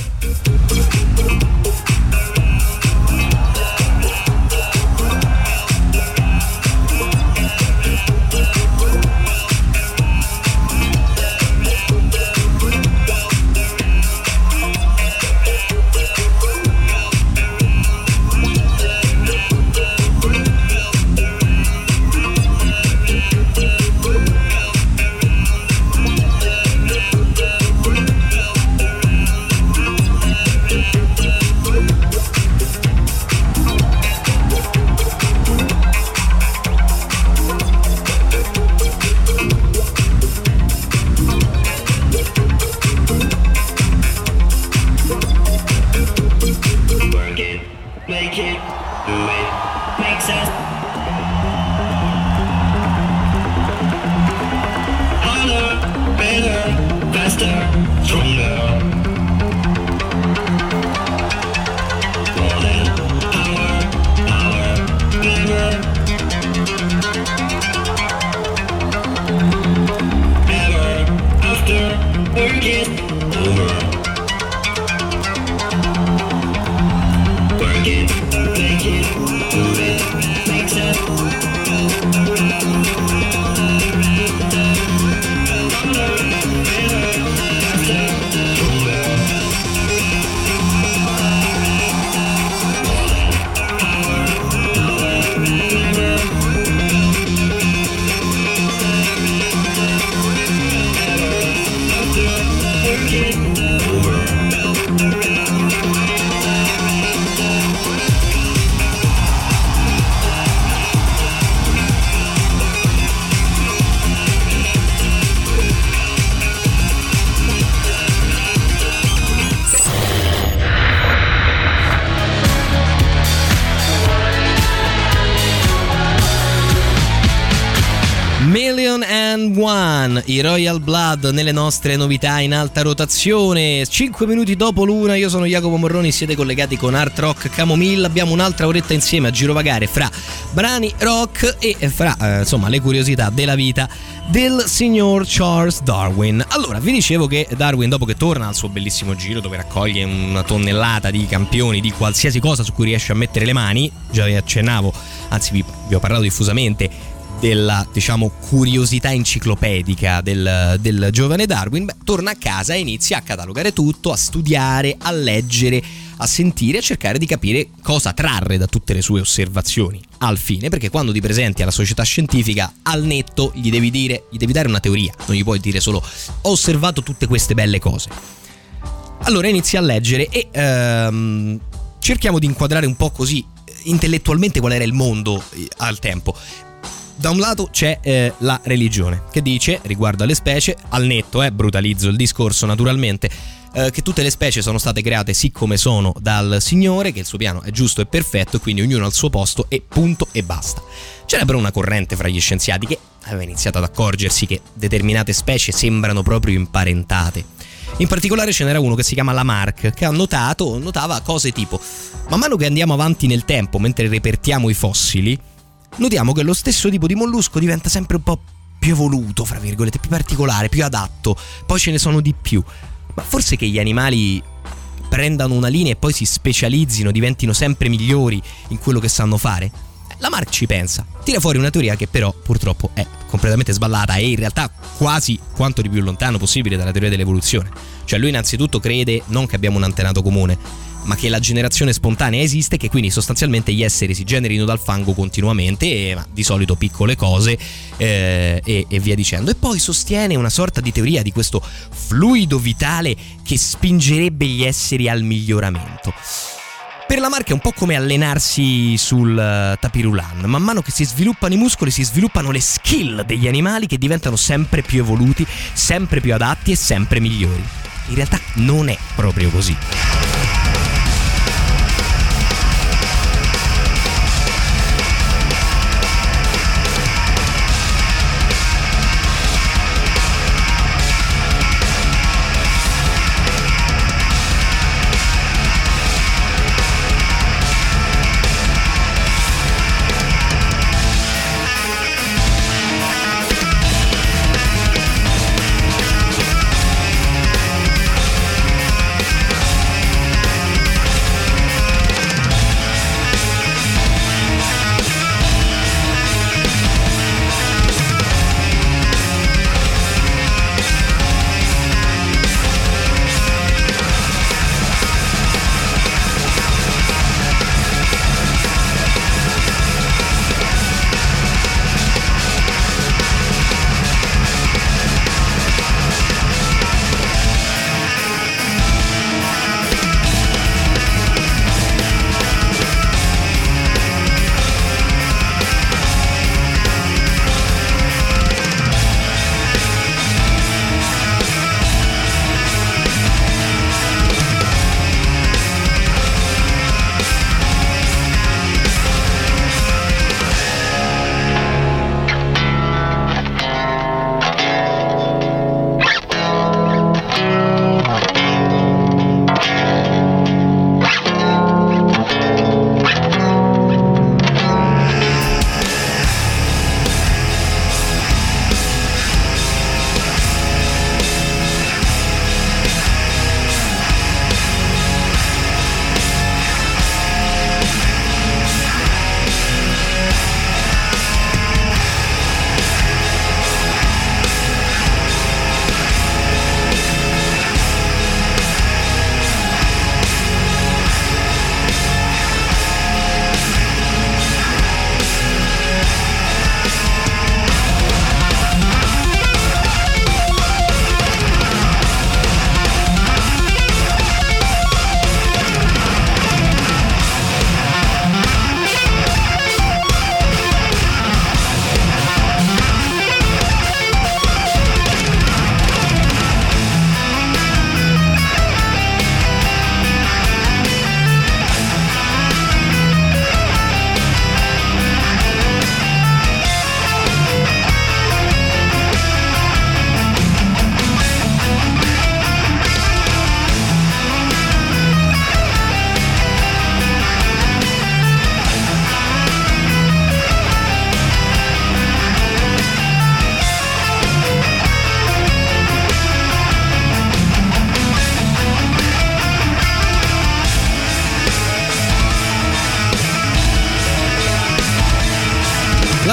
take it, do it, makes sense. Harder, better, faster, stronger. More than power, power, clever. Ever after work is over. Work it, take it, do it, make sense. Million and One, i Royal Blood nelle nostre novità in alta rotazione. cinque minuti dopo l'una, io sono Jacopo Morroni, siete collegati con Art Rock Camomilla. Abbiamo un'altra oretta insieme a girovagare fra brani rock e fra eh, insomma le curiosità della vita del signor Charles Darwin. Allora, vi dicevo che Darwin, dopo che torna al suo bellissimo giro dove raccoglie una tonnellata di campioni di qualsiasi cosa su cui riesce a mettere le mani, già vi accennavo, anzi vi, vi ho parlato diffusamente della, diciamo, curiosità enciclopedica del, del giovane Darwin, beh, torna a casa e inizia a catalogare tutto, a studiare, a leggere, a sentire, a cercare di capire cosa trarre da tutte le sue osservazioni. Al fine, perché quando ti presenti alla società scientifica, al netto gli devi dire, gli devi dare una teoria, non gli puoi dire solo ho osservato tutte queste belle cose. Allora inizia a leggere e ehm, cerchiamo di inquadrare un po' così intellettualmente qual era il mondo al tempo. Da un lato c'è eh, la religione, che dice, riguardo alle specie, al netto, eh, brutalizzo il discorso naturalmente, eh, che tutte le specie sono state create sì come sono dal Signore, che il suo piano è giusto e perfetto e quindi ognuno al suo posto e punto e basta. C'era però una corrente fra gli scienziati che aveva iniziato ad accorgersi che determinate specie sembrano proprio imparentate. In particolare ce n'era uno che si chiama Lamarck, che ha notato, notava cose tipo: man mano che andiamo avanti nel tempo, mentre repertiamo i fossili, notiamo che lo stesso tipo di mollusco diventa sempre un po' più evoluto, fra virgolette, più particolare, più adatto, poi ce ne sono di più. Ma forse che gli animali prendano una linea e poi si specializzino, diventino sempre migliori in quello che sanno fare? Lamarck ci pensa, tira fuori una teoria che però purtroppo è completamente sballata e in realtà quasi quanto di più lontano possibile dalla teoria dell'evoluzione. Cioè lui innanzitutto crede non che abbiamo un antenato comune, ma che la generazione spontanea esiste, che quindi sostanzialmente gli esseri si generino dal fango continuamente, e, ma di solito piccole cose, eh, e, e via dicendo. E poi sostiene una sorta di teoria di questo fluido vitale che spingerebbe gli esseri al miglioramento. Per Lamarck è un po' come allenarsi sul uh, tapirulan. Man mano che si sviluppano i muscoli, si sviluppano le skill degli animali, che diventano sempre più evoluti, sempre più adatti e sempre migliori. In realtà non è proprio così.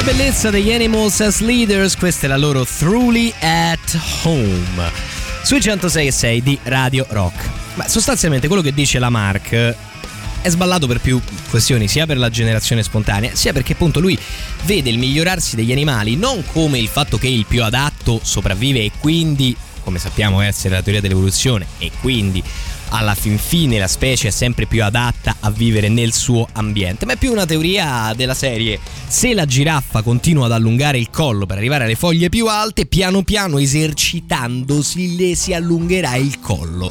bellezza degli Animals as Leaders, questa è la loro Truly at Home sui centosei e sei di Radio Rock. Ma sostanzialmente quello che dice la Mark è sballato per più questioni, sia per la generazione spontanea, sia perché appunto lui vede il migliorarsi degli animali non come il fatto che il più adatto sopravvive e quindi, come sappiamo essere la teoria dell'evoluzione, e quindi alla fin fine la specie è sempre più adatta a vivere nel suo ambiente, ma è più una teoria della serie: se la giraffa continua ad allungare il collo per arrivare alle foglie più alte, piano piano esercitandosi le si allungherà il collo.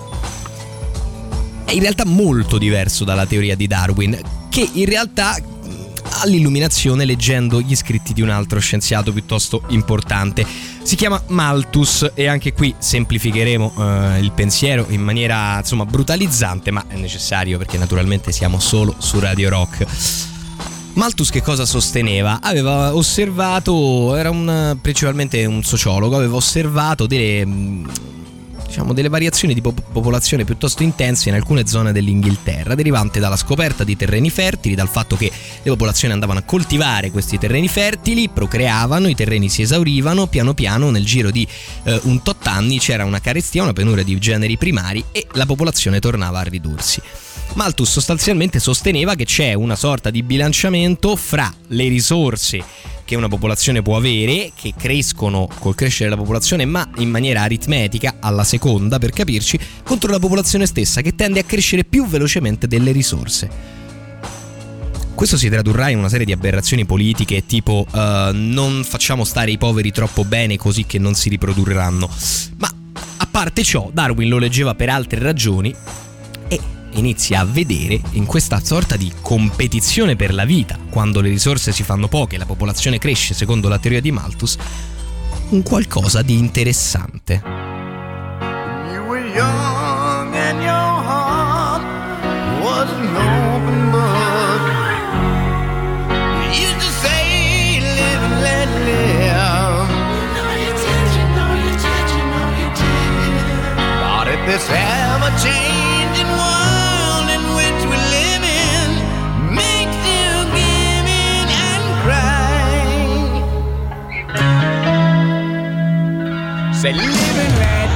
È in realtà molto diverso dalla teoria di Darwin, che in realtà all'illuminazione, leggendo gli scritti di un altro scienziato piuttosto importante, si chiama Malthus, e anche qui semplificheremo eh, il pensiero in maniera insomma brutalizzante, ma è necessario perché naturalmente siamo solo su Radio Rock. Malthus che cosa sosteneva? Aveva osservato, era un, principalmente un sociologo, aveva osservato delle diciamo delle variazioni di pop- popolazione piuttosto intense in alcune zone dell'Inghilterra, derivante dalla scoperta di terreni fertili, dal fatto che le popolazioni andavano a coltivare questi terreni fertili, procreavano, i terreni si esaurivano, piano piano nel giro di eh, un tot anni c'era una carestia, una penuria di generi primari e la popolazione tornava a ridursi. Malthus sostanzialmente sosteneva che c'è una sorta di bilanciamento fra le risorse che una popolazione può avere, che crescono col crescere della popolazione ma in maniera aritmetica, alla seconda per capirci, contro la popolazione stessa che tende a crescere più velocemente delle risorse. Questo si tradurrà in una serie di aberrazioni politiche tipo uh, non facciamo stare i poveri troppo bene così che non si riprodurranno, ma a parte ciò Darwin lo leggeva per altre ragioni e inizia a vedere in questa sorta di competizione per la vita, quando le risorse si fanno poche e la popolazione cresce secondo la teoria di Malthus, un qualcosa di interessante. You were young and your heart was an open book. You used to say live and let live. No, you did, you know you did, you know you did. But if this ever changing world in which we live in makes you give in and cry, say live and let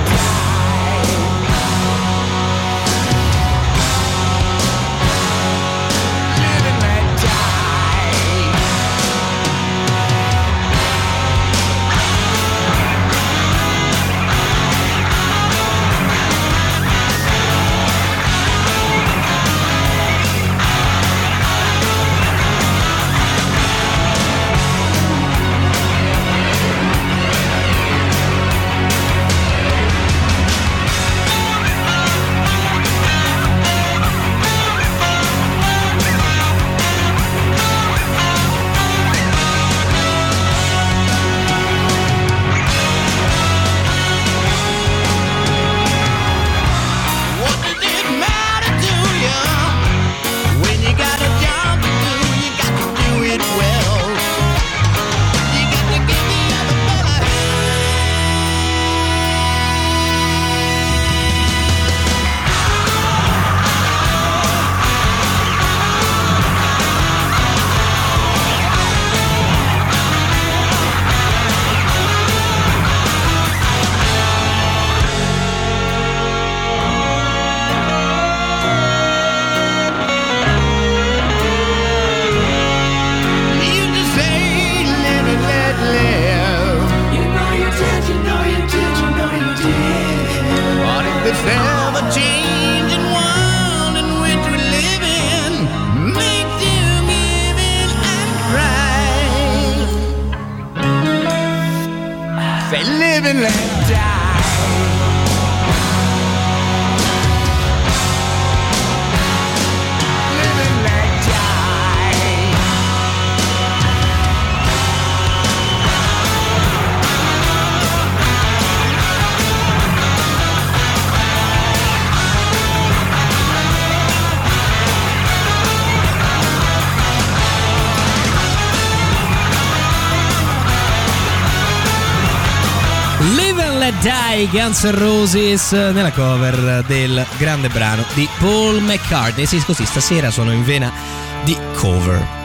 Die, Guns N' Roses nella cover del grande brano di Paul McCartney. Sì, così stasera sono in vena di cover.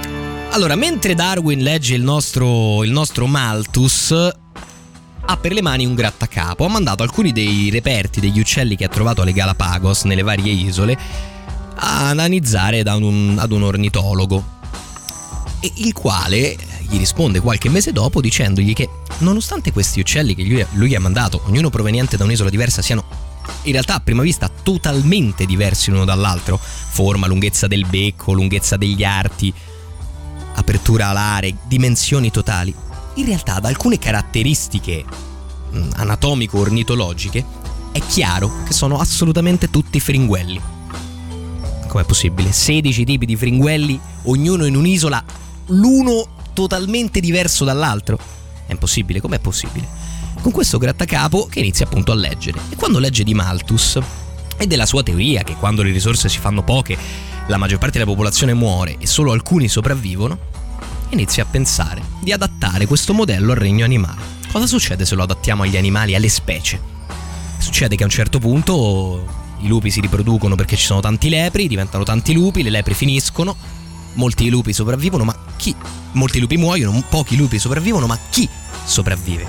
Allora, mentre Darwin legge il nostro, il nostro Malthus, ha per le mani un grattacapo. Ha mandato alcuni dei reperti degli uccelli che ha trovato alle Galapagos, nelle varie isole, a analizzare da un, ad un ornitologo, e il quale gli risponde qualche mese dopo dicendogli che nonostante questi uccelli che lui, lui ha mandato, ognuno proveniente da un'isola diversa, siano in realtà a prima vista totalmente diversi l'uno dall'altro, forma, lunghezza del becco, lunghezza degli arti, apertura alare, dimensioni totali, in realtà da alcune caratteristiche anatomico-ornitologiche è chiaro che sono assolutamente tutti fringuelli. Com'è possibile? sedici tipi di fringuelli, ognuno in un'isola, l'uno totalmente diverso dall'altro? È impossibile, com'è possibile? Con questo grattacapo che inizia appunto a leggere, e quando legge di Malthus e della sua teoria che quando le risorse si fanno poche la maggior parte della popolazione muore e solo alcuni sopravvivono, inizia a pensare di adattare questo modello al regno animale. Cosa succede se lo adattiamo agli animali, alle specie? Succede che a un certo punto i lupi si riproducono perché ci sono tanti lepri, diventano tanti lupi, le lepri finiscono, molti lupi sopravvivono, ma chi? Molti lupi muoiono, pochi lupi sopravvivono, ma chi sopravvive?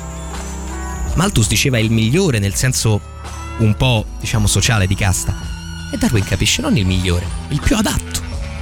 Malthus diceva il migliore nel senso un po', diciamo, sociale di casta, e Darwin capisce non il migliore, il più adatto.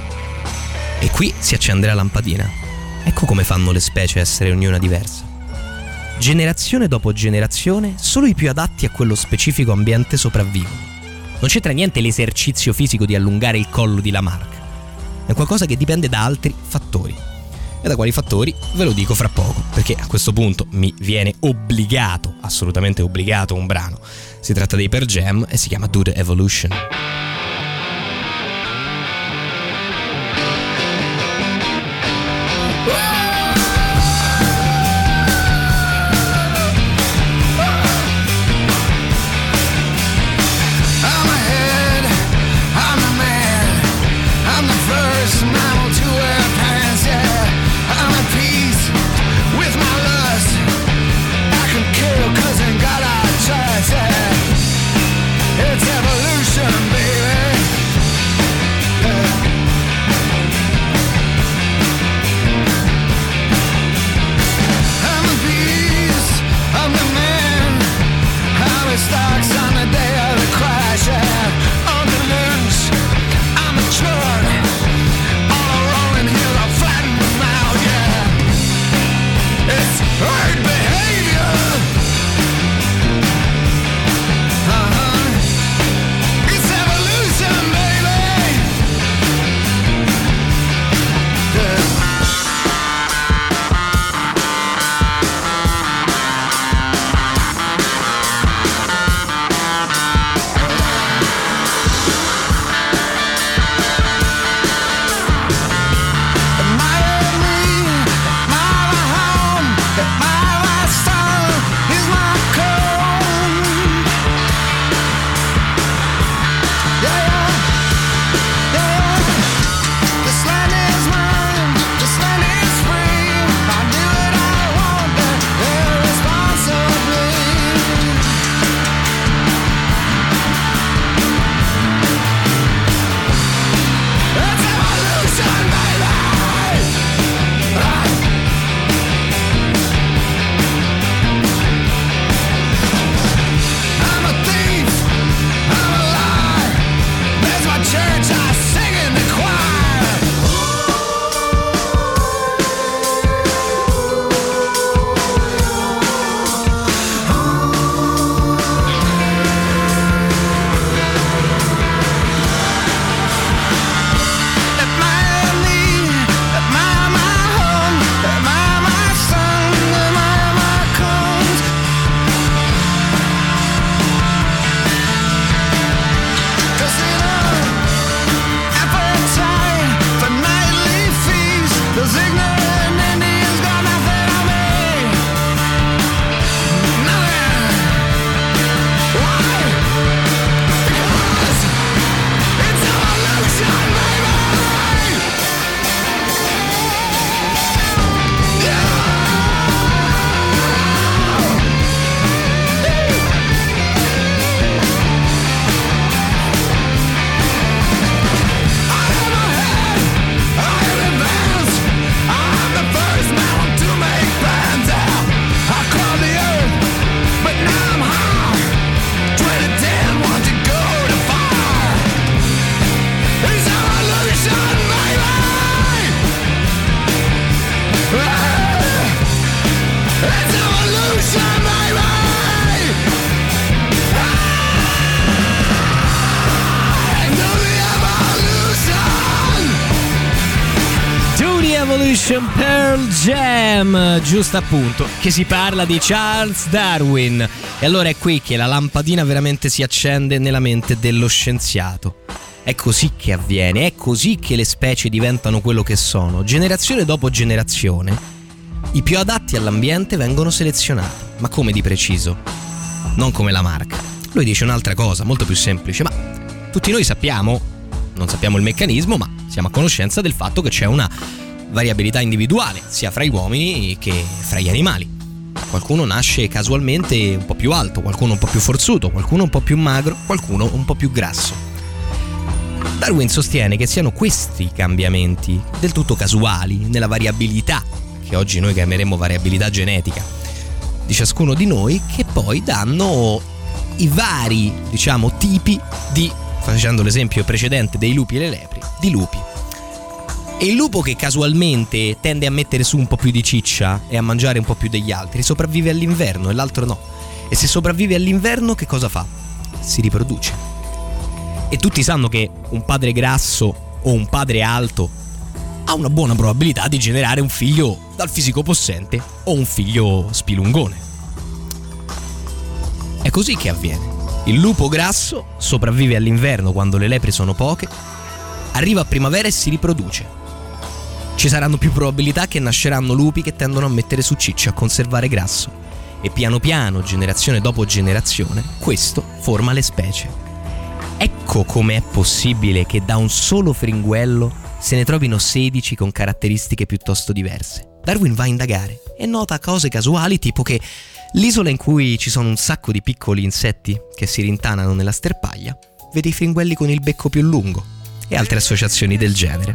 E qui si accende la lampadina. Ecco come fanno le specie a essere ognuna diversa. Generazione dopo generazione, solo i più adatti a quello specifico ambiente sopravvivono. Non c'entra niente l'esercizio fisico di allungare il collo di Lamarck. È qualcosa che dipende da altri fattori. E da quali fattori ve lo dico fra poco, perché a questo punto mi viene obbligato, assolutamente obbligato, un brano. Si tratta dei Pearl Jam e si chiama Do the Evolution. It's evolution, baby. Revolution Pearl Jam, giusto appunto, che si parla di Charles Darwin. E allora è qui che la lampadina veramente si accende nella mente dello scienziato. È così che avviene, è così che le specie diventano quello che sono. Generazione dopo generazione, i più adatti all'ambiente vengono selezionati. Ma come di preciso? Non come la marca. Lui dice un'altra cosa, molto più semplice. Ma tutti noi sappiamo, non sappiamo il meccanismo, ma siamo a conoscenza del fatto che c'è una variabilità individuale, sia fra gli uomini che fra gli animali. Qualcuno nasce casualmente un po' più alto, qualcuno un po' più forzuto, qualcuno un po' più magro, qualcuno un po' più grasso. Darwin sostiene che siano questi cambiamenti del tutto casuali nella variabilità, che oggi noi chiameremo variabilità genetica, di ciascuno di noi, che poi danno i vari, diciamo, tipi di, facendo l'esempio precedente dei lupi e le lepri, di lupi. E il lupo che casualmente tende a mettere su un po' più di ciccia e a mangiare un po' più degli altri sopravvive all'inverno e l'altro no. E se sopravvive all'inverno che cosa fa? Si riproduce. E tutti sanno che un padre grasso o un padre alto ha una buona probabilità di generare un figlio dal fisico possente o un figlio spilungone. È così che avviene. Il lupo grasso sopravvive all'inverno quando le lepri sono poche, arriva a primavera e si riproduce. Ci saranno più probabilità che nasceranno lupi che tendono a mettere su ciccia, a conservare grasso. E piano piano, generazione dopo generazione, questo forma le specie. Ecco come è possibile che da un solo fringuello se ne trovino sedici con caratteristiche piuttosto diverse. Darwin va a indagare e nota cose casuali, tipo che l'isola in cui ci sono un sacco di piccoli insetti che si rintanano nella sterpaglia vede i fringuelli con il becco più lungo e altre associazioni del genere.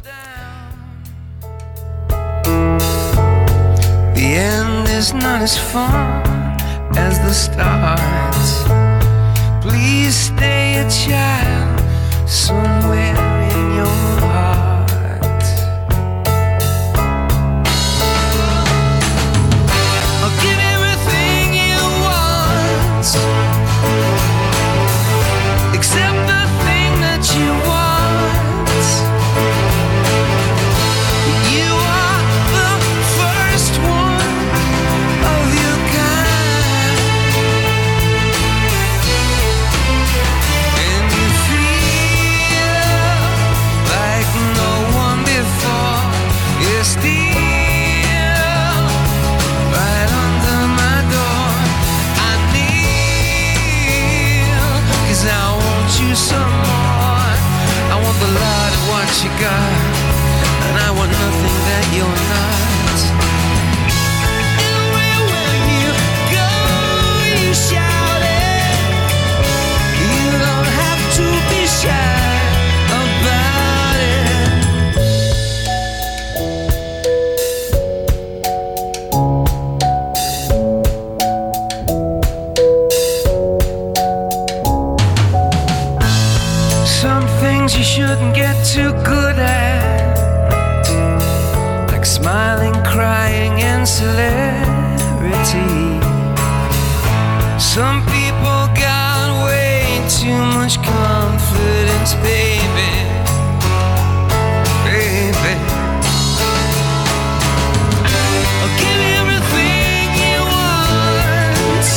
The end is not as fun as the start. Please stay a child somewhere in your heart. I'll give everything you want, except the thing that you want. You are the first one of your kind, and you feel like no one before. You're still right under my door. I kneel, 'cause I want you some more. I want the lot of what you got, and I want nothing that you're not. Everywhere you go, you shout it. You don't have to be shy about it. Some things you shouldn't get too good at, like smiling, crying, and celebrity. Some people got way too much confidence, baby, baby. I'll give you everything you want,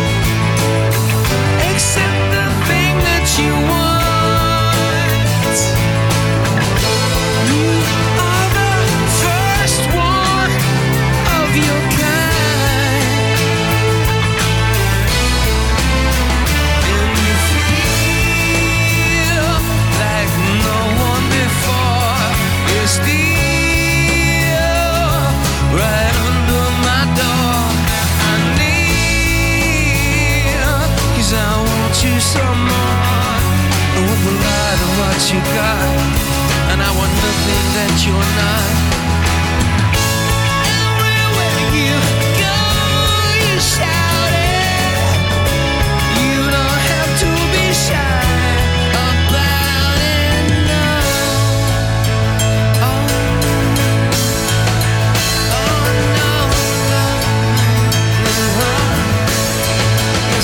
except the thing that you want. You are the first one of your kind, and you feel like no one before. You're still right under my door. I kneel, 'cause I want you some more. I want the light of what you got, and I want nothing that you're not. Everywhere you go, you shout it. You don't have to be shy about it, no. Oh, oh no, no, no. Yes,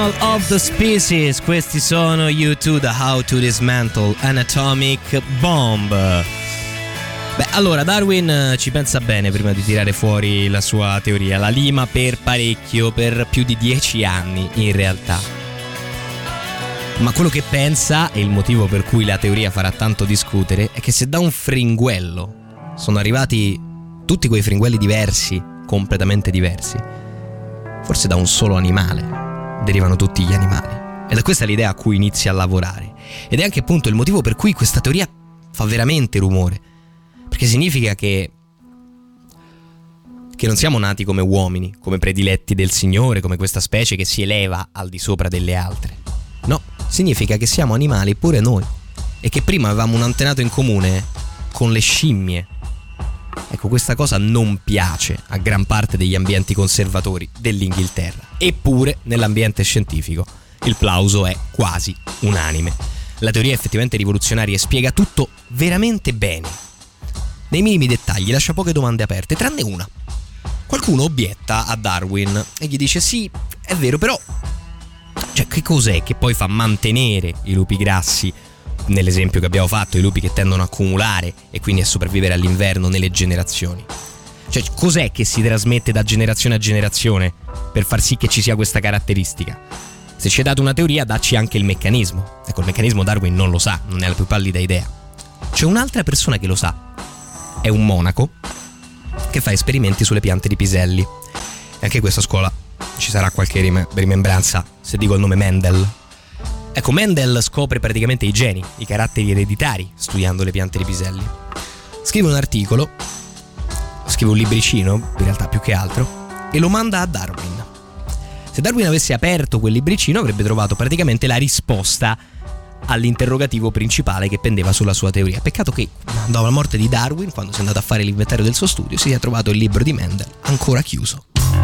Primal of the Species, questi sono U due, The How to Dismantle an Atomic Bomb. Beh, allora Darwin ci pensa bene prima di tirare fuori la sua teoria, la lima per parecchio, per più di dieci anni in realtà. Ma quello che pensa, e il motivo per cui la teoria farà tanto discutere, è che se da un fringuello sono arrivati tutti quei fringuelli diversi, completamente diversi, forse da un solo animale derivano tutti gli animali. Ed è questa l'idea a cui inizia a lavorare. Ed è anche appunto il motivo per cui questa teoria fa veramente rumore. Perché significa che che non siamo nati come uomini, come prediletti del Signore, come questa specie che si eleva al di sopra delle altre. No, significa che siamo animali pure noi. E che prima avevamo un antenato in comune con le scimmie. Ecco, questa cosa non piace a gran parte degli ambienti conservatori dell'Inghilterra. Eppure, nell'ambiente scientifico, il plauso è quasi unanime. La teoria è effettivamente rivoluzionaria e spiega tutto veramente bene. Nei minimi dettagli lascia poche domande aperte, tranne una. Qualcuno obietta a Darwin e gli dice: sì, è vero, però cioè, che cos'è che poi fa mantenere i lupi grassi, nell'esempio che abbiamo fatto, i lupi che tendono a accumulare e quindi a sopravvivere all'inverno nelle generazioni? Cioè, cos'è che si trasmette da generazione a generazione per far sì che ci sia questa caratteristica? Se ci hai dato una teoria, dacci anche il meccanismo. Ecco, il meccanismo Darwin non lo sa, non ne ha la più pallida idea. C'è un'altra persona che lo sa. È un monaco che fa esperimenti sulle piante di piselli. E anche in questa scuola ci sarà qualche rim- rimembranza se dico il nome Mendel. Ecco, Mendel scopre praticamente i geni, i caratteri ereditari, studiando le piante di piselli. Scrive un articolo, scrive un libricino, in realtà più che altro, e lo manda a Darwin. Se Darwin avesse aperto quel libricino avrebbe trovato praticamente la risposta all'interrogativo principale che pendeva sulla sua teoria. Peccato che dopo la morte di Darwin, quando si è andato a fare l'inventario del suo studio, si sia trovato il libro di Mendel ancora chiuso.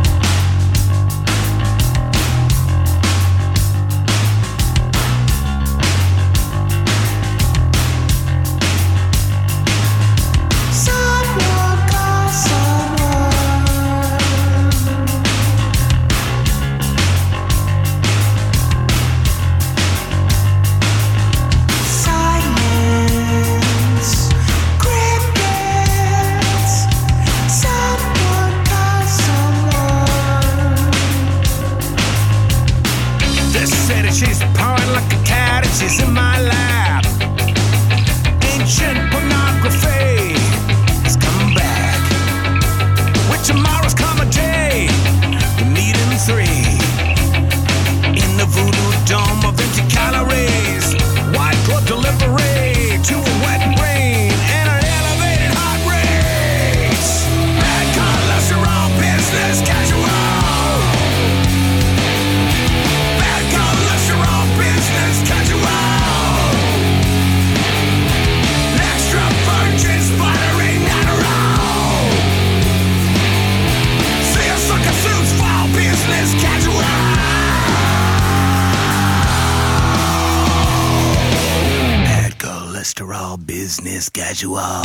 Business casual.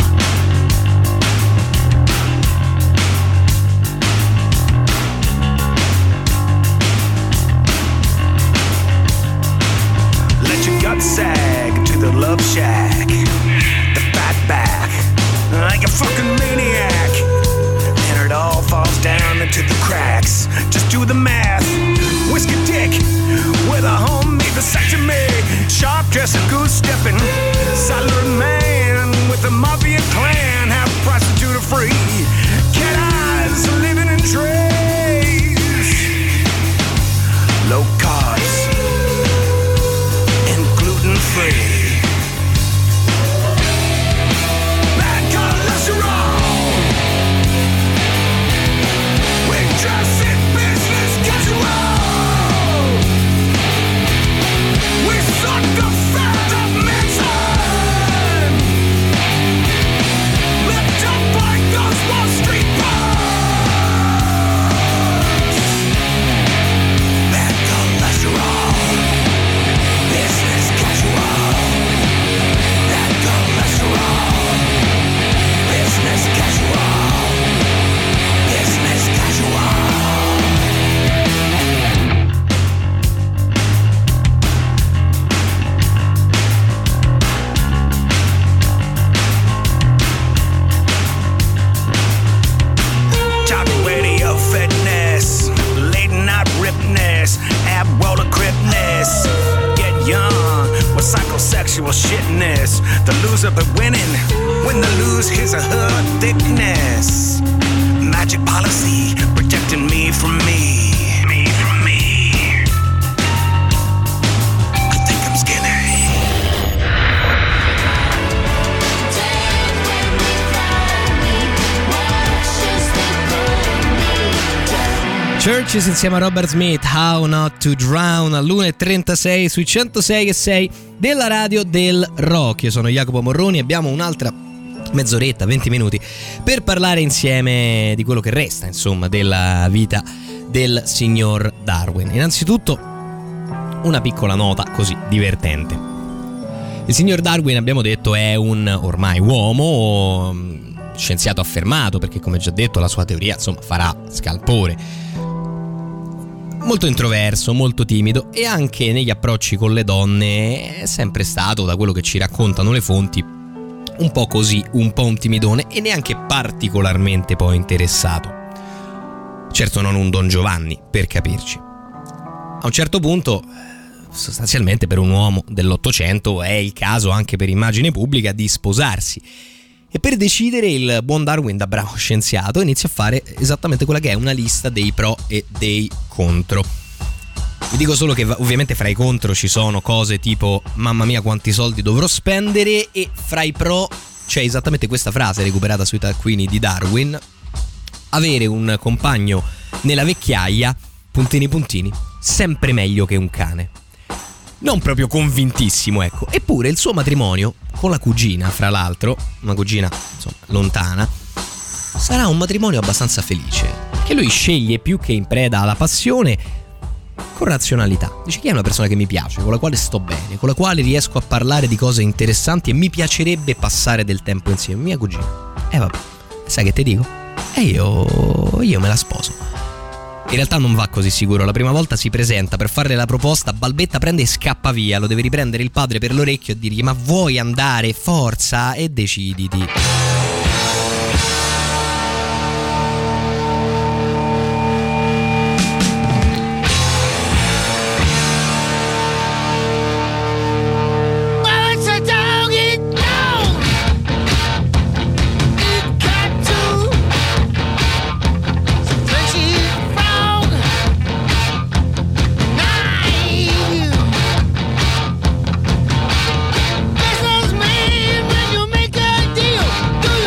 Let your gut sag to the love shack, the fat back, like a fucking maniac, and it all falls down into the cracks. Just do the math. Whiskey dick with a homemade vasectomy, sharp dressed goose stepping, salary man with a mafia clan, half prostitute free, cat eyes living in trays, low carbs and gluten free. Bad cholesterol, we dress in business casual. We suck the fat of medicine. Lift up like those monsters. with psychosexual shitness. The loser but winning when the lose his or her thickness. Magic policy protecting me from me. Me from me. I think I'm skinny. Churches insieme a Robert Smith, How Not to Drown, all'una e trentasei sui centosei e sei della radio del rock. Io sono Jacopo Morroni, abbiamo un'altra mezz'oretta, venti minuti per parlare insieme di quello che resta, insomma, della vita del signor Darwin. Innanzitutto una piccola nota così divertente. Il signor Darwin, abbiamo detto, è un ormai uomo, scienziato affermato, perché come già detto la sua teoria, insomma, farà scalpore. Molto introverso, molto timido e anche negli approcci con le donne è sempre stato, da quello che ci raccontano le fonti, un po' così, un po' un timidone e neanche particolarmente poi interessato. Certo non un Don Giovanni, per capirci. A un certo punto, sostanzialmente per un uomo dell'Ottocento, è il caso anche per immagine pubblica di sposarsi. E per decidere il buon Darwin, da bravo scienziato, inizia a fare esattamente quella che è una lista dei pro e dei contro. Vi dico solo che ovviamente fra i contro ci sono cose tipo mamma mia quanti soldi dovrò spendere, e fra i pro c'è esattamente questa frase recuperata sui taccuini di Darwin: avere un compagno nella vecchiaia, puntini puntini, sempre meglio che un cane. Non proprio convintissimo, ecco. Eppure il suo matrimonio con la cugina, fra l'altro, una cugina insomma lontana, sarà un matrimonio abbastanza felice, che lui sceglie più che in preda alla passione, con razionalità. Dice: chi è una persona che mi piace, con la quale sto bene, con la quale riesco a parlare di cose interessanti e mi piacerebbe passare del tempo insieme? Mia cugina. E eh vabbè, sai che ti dico? E io io me la sposo. In realtà non va così sicuro. La prima volta si presenta per farle la proposta, balbetta, prende e scappa via. Lo deve riprendere il padre per l'orecchio e dirgli: ma vuoi andare? Forza, e deciditi. Businessman, when you make a deal, do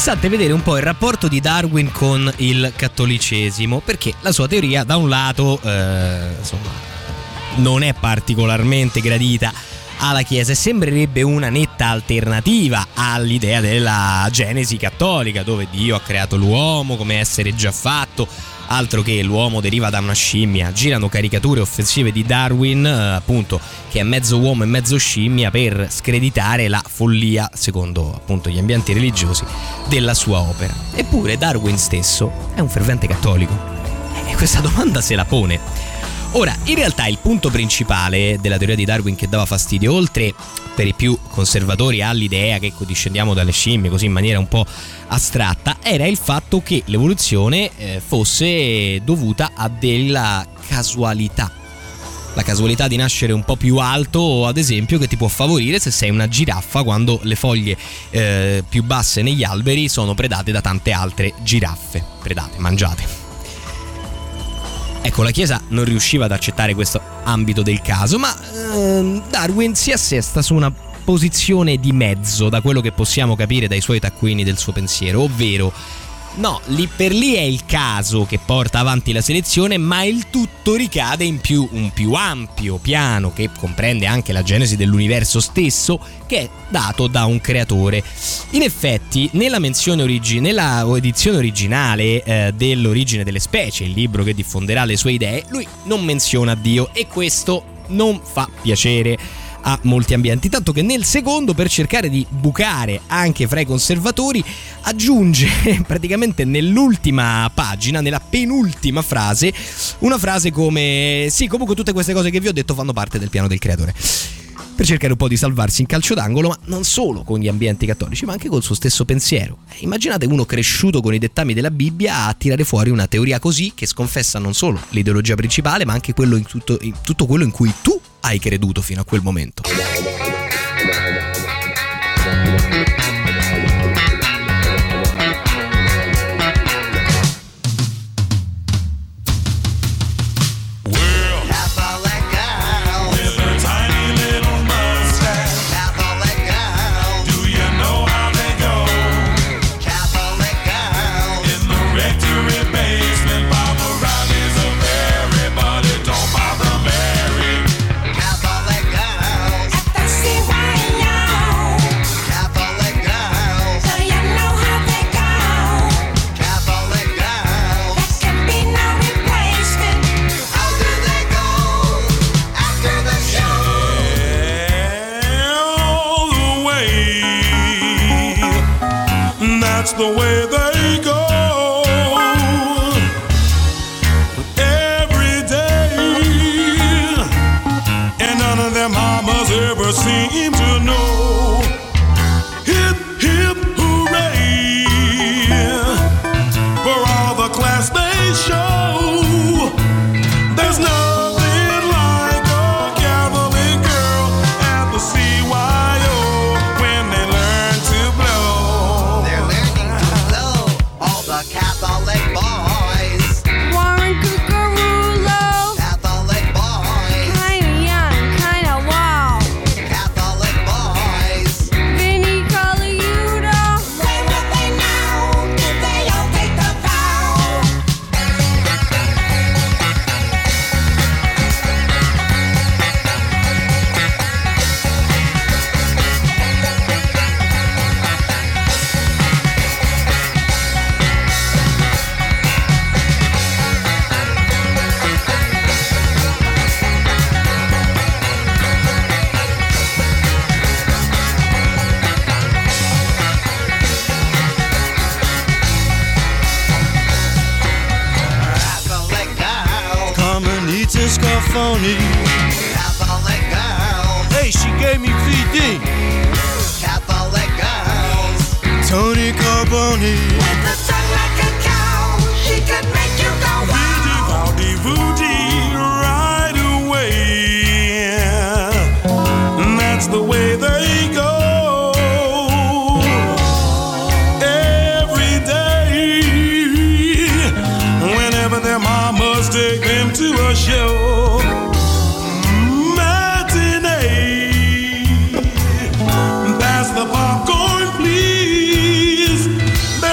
interessante vedere un po' il rapporto di Darwin con il cattolicesimo, perché la sua teoria da un lato eh, insomma non è particolarmente gradita alla Chiesa e sembrerebbe una netta alternativa all'idea della Genesi cattolica, dove Dio ha creato l'uomo come essere già fatto, altro che l'uomo deriva da una scimmia. Girano caricature offensive di Darwin, eh, appunto, che è mezzo uomo e mezzo scimmia, per screditare la follia, secondo appunto gli ambienti religiosi, della sua opera. Eppure Darwin stesso è un fervente cattolico e questa domanda se la pone. Ora, in realtà il punto principale della teoria di Darwin che dava fastidio, oltre per i più conservatori all'idea che discendiamo dalle scimmie così in maniera un po' astratta, era il fatto che l'evoluzione eh, fosse dovuta a della casualità. La casualità di nascere un po' più alto, ad esempio, che ti può favorire se sei una giraffa quando le foglie eh, più basse negli alberi sono predate da tante altre giraffe. Predate, mangiate. Ecco, la Chiesa non riusciva ad accettare questo ambito del caso, ma ehm, Darwin si assesta su una posizione di mezzo, da quello che possiamo capire dai suoi taccuini del suo pensiero, ovvero no, lì per lì è il caso che porta avanti la selezione, ma il tutto ricade in più un più ampio piano che comprende anche la genesi dell'universo stesso, che è dato da un creatore. In effetti, nella menzione origi- nella edizione originale eh, dell'Origine delle specie, il libro che diffonderà le sue idee, lui non menziona Dio, e questo non fa piacere a molti ambienti, tanto che nel secondo, per cercare di bucare anche fra i conservatori, aggiunge praticamente nell'ultima pagina, nella penultima frase, una frase come: sì, comunque tutte queste cose che vi ho detto fanno parte del piano del creatore, per cercare un po' di salvarsi in calcio d'angolo, ma non solo con gli ambienti cattolici, ma anche col suo stesso pensiero. Immaginate uno cresciuto con i dettami della Bibbia a tirare fuori una teoria così, che sconfessa non solo l'ideologia principale, ma anche quello in tutto, in tutto quello in cui tu hai creduto fino a quel momento. That's the way they go every day, and none of them mamas ever seem to know. Hip, hip, hooray for all the class they show. There's nothing like a Catholic girl at the C Y O when they learn to blow. They're learning to blow, all the Catholic boys. Warren Cucarulo. Catholic boys. Kinda young, kinda wild. Catholic boys. Vinny Colaiuta. Say what they know, did they all take the vow? Catholic girls. Carmenita Scarfoni. Catholic girls. Hey, she gave me V D. Catholic girls. Tony Carboni. With a tongue like a cow, she could make you go wow. Woody woody right away. And that's the way they go every day. Whenever their mamas take them to a show. Matinee. Pass the popcorn, please.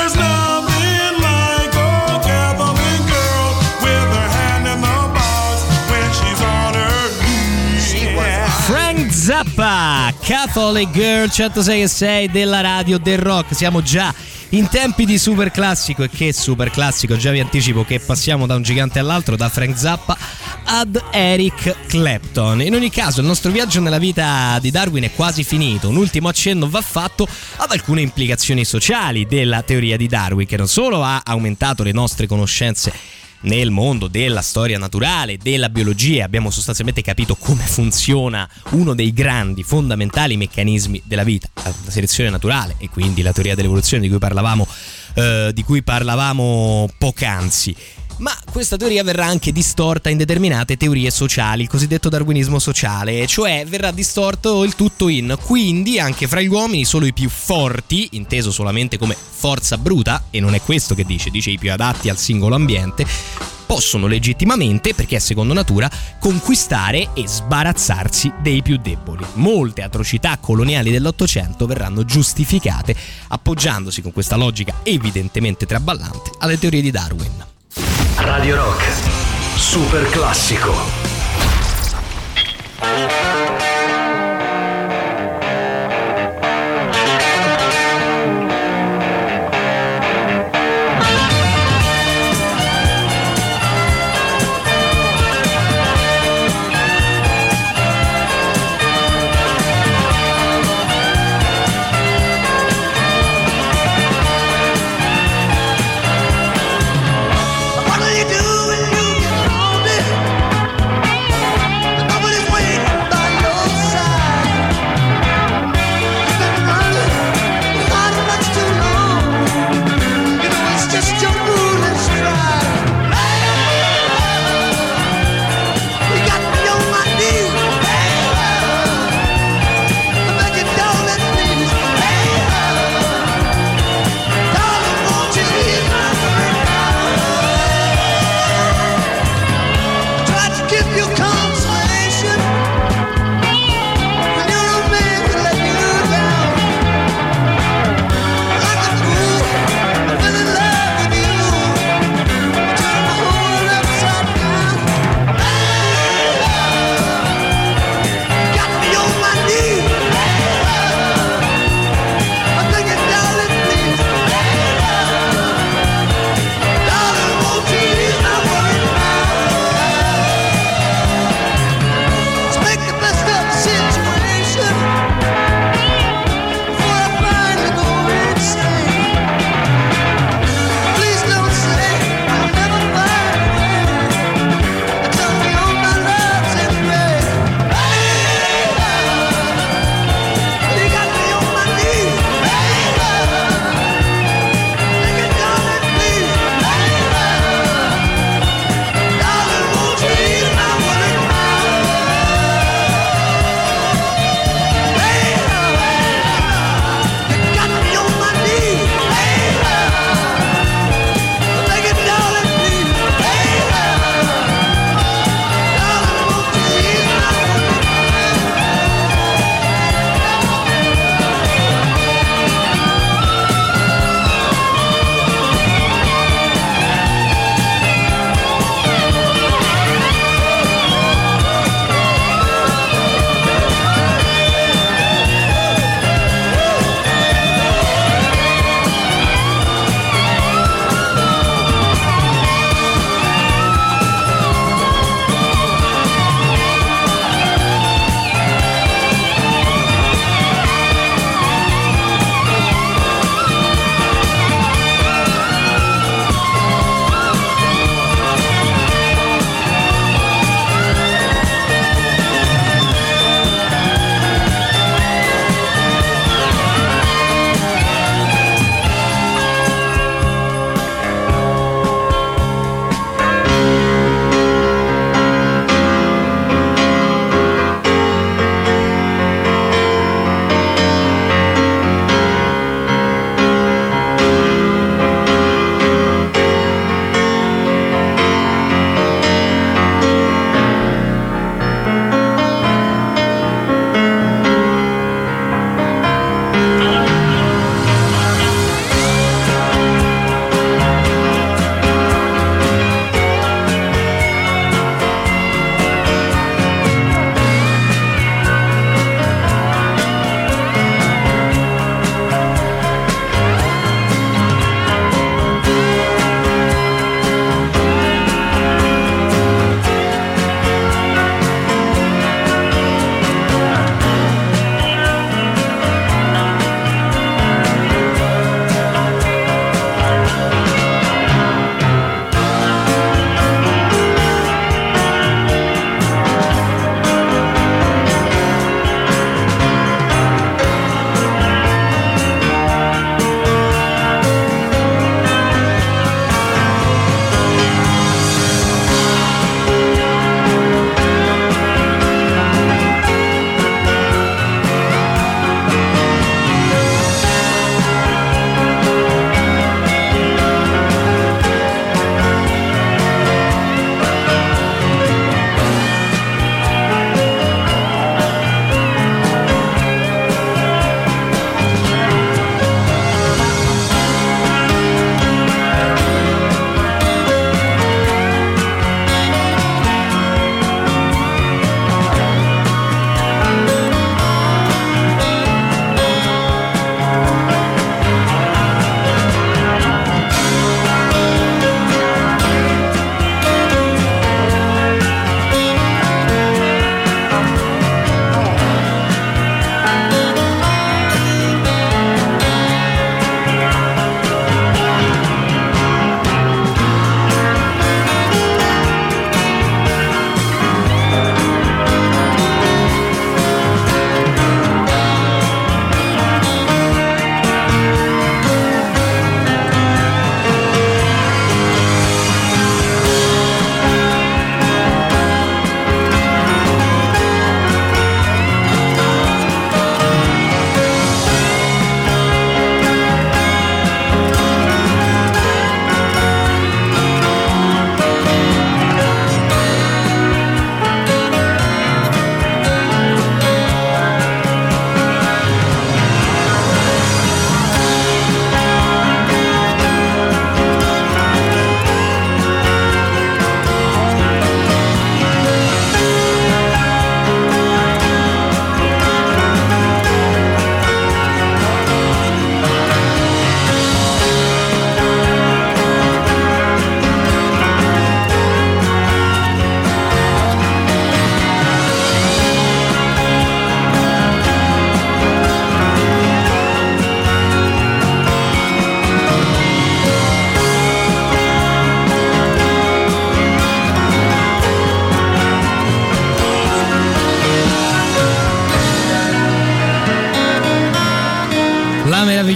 Zappa, Catholic Girl, centosei e sei della radio del rock. Siamo già in tempi di super classico, e che super classico, già vi anticipo che passiamo da un gigante all'altro, da Frank Zappa ad Eric Clapton. In ogni caso il nostro viaggio nella vita di Darwin è quasi finito. Un ultimo accenno va fatto ad alcune implicazioni sociali della teoria di Darwin, che non solo ha aumentato le nostre conoscenze nel mondo della storia naturale, della biologia, abbiamo sostanzialmente capito come funziona uno dei grandi, fondamentali meccanismi della vita, la selezione naturale, e quindi la teoria dell'evoluzione di cui parlavamo, eh, di cui parlavamo poc'anzi. Ma questa teoria verrà anche distorta in determinate teorie sociali, il cosiddetto darwinismo sociale, cioè verrà distorto il tutto in quindi anche fra gli uomini solo i più forti, inteso solamente come forza bruta, e non è questo che dice, dice i più adatti al singolo ambiente, possono legittimamente, perché è secondo natura, conquistare e sbarazzarsi dei più deboli. Molte atrocità coloniali dell'Ottocento verranno giustificate appoggiandosi con questa logica evidentemente traballante alle teorie di Darwin. Radio Rock, super classico. What do you do when you get lonely? Nobody's waiting by you.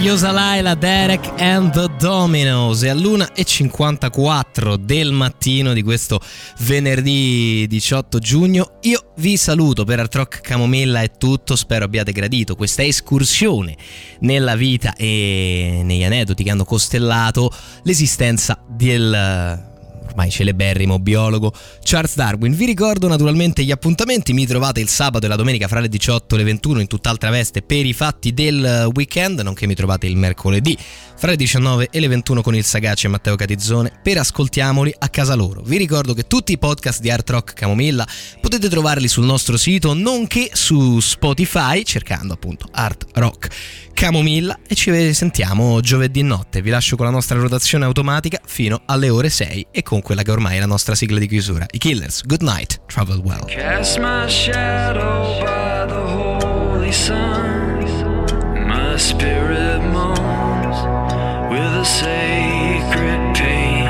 meravigliosa Laila, Derek and the Dominos. E all'una e cinquantaquattro del mattino di questo venerdì diciotto giugno io vi saluto. Per Art Rock Camomilla è tutto, spero abbiate gradito questa escursione nella vita e negli aneddoti che hanno costellato l'esistenza del ormai celeberrimo biologo Charles Darwin. Vi ricordo naturalmente gli appuntamenti: mi trovate il sabato e la domenica fra le diciotto e le ventuno in tutt'altra veste per i fatti del weekend, nonché mi trovate il mercoledì fra le diciannove e le ventuno con il sagace Matteo Catizzone per Ascoltiamoli a casa loro. Vi ricordo che tutti i podcast di Art Rock Camomilla potete trovarli sul nostro sito, nonché su Spotify cercando appunto Art Rock Camomilla, e ci sentiamo giovedì notte. Vi lascio con la nostra rotazione automatica fino alle ore sei e con quella che ormai è la nostra sigla di chiusura, i Killers. Good night, travel well. Cast my shadow by the holy sun, my spirit moans with a sacred pain,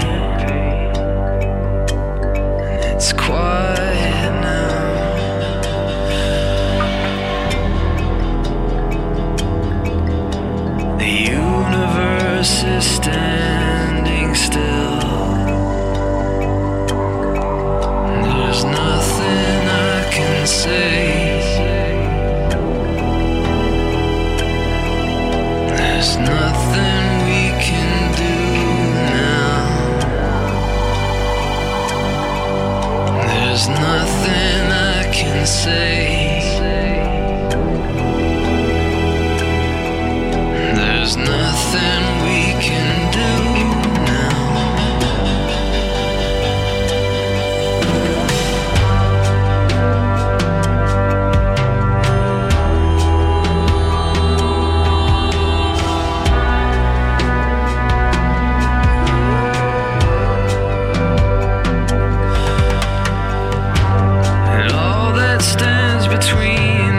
and it's quiet now. The universe is standing still. There's nothing I can say. There's nothing we can do now. There's nothing I can say. There's nothing we can do now. And all that stands between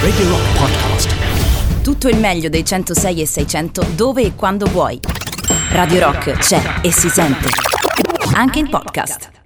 Radio Rock Podcast. Tutto il meglio dei centosei e seicento dove e quando vuoi. Radio Rock c'è e si sente. Anche in podcast.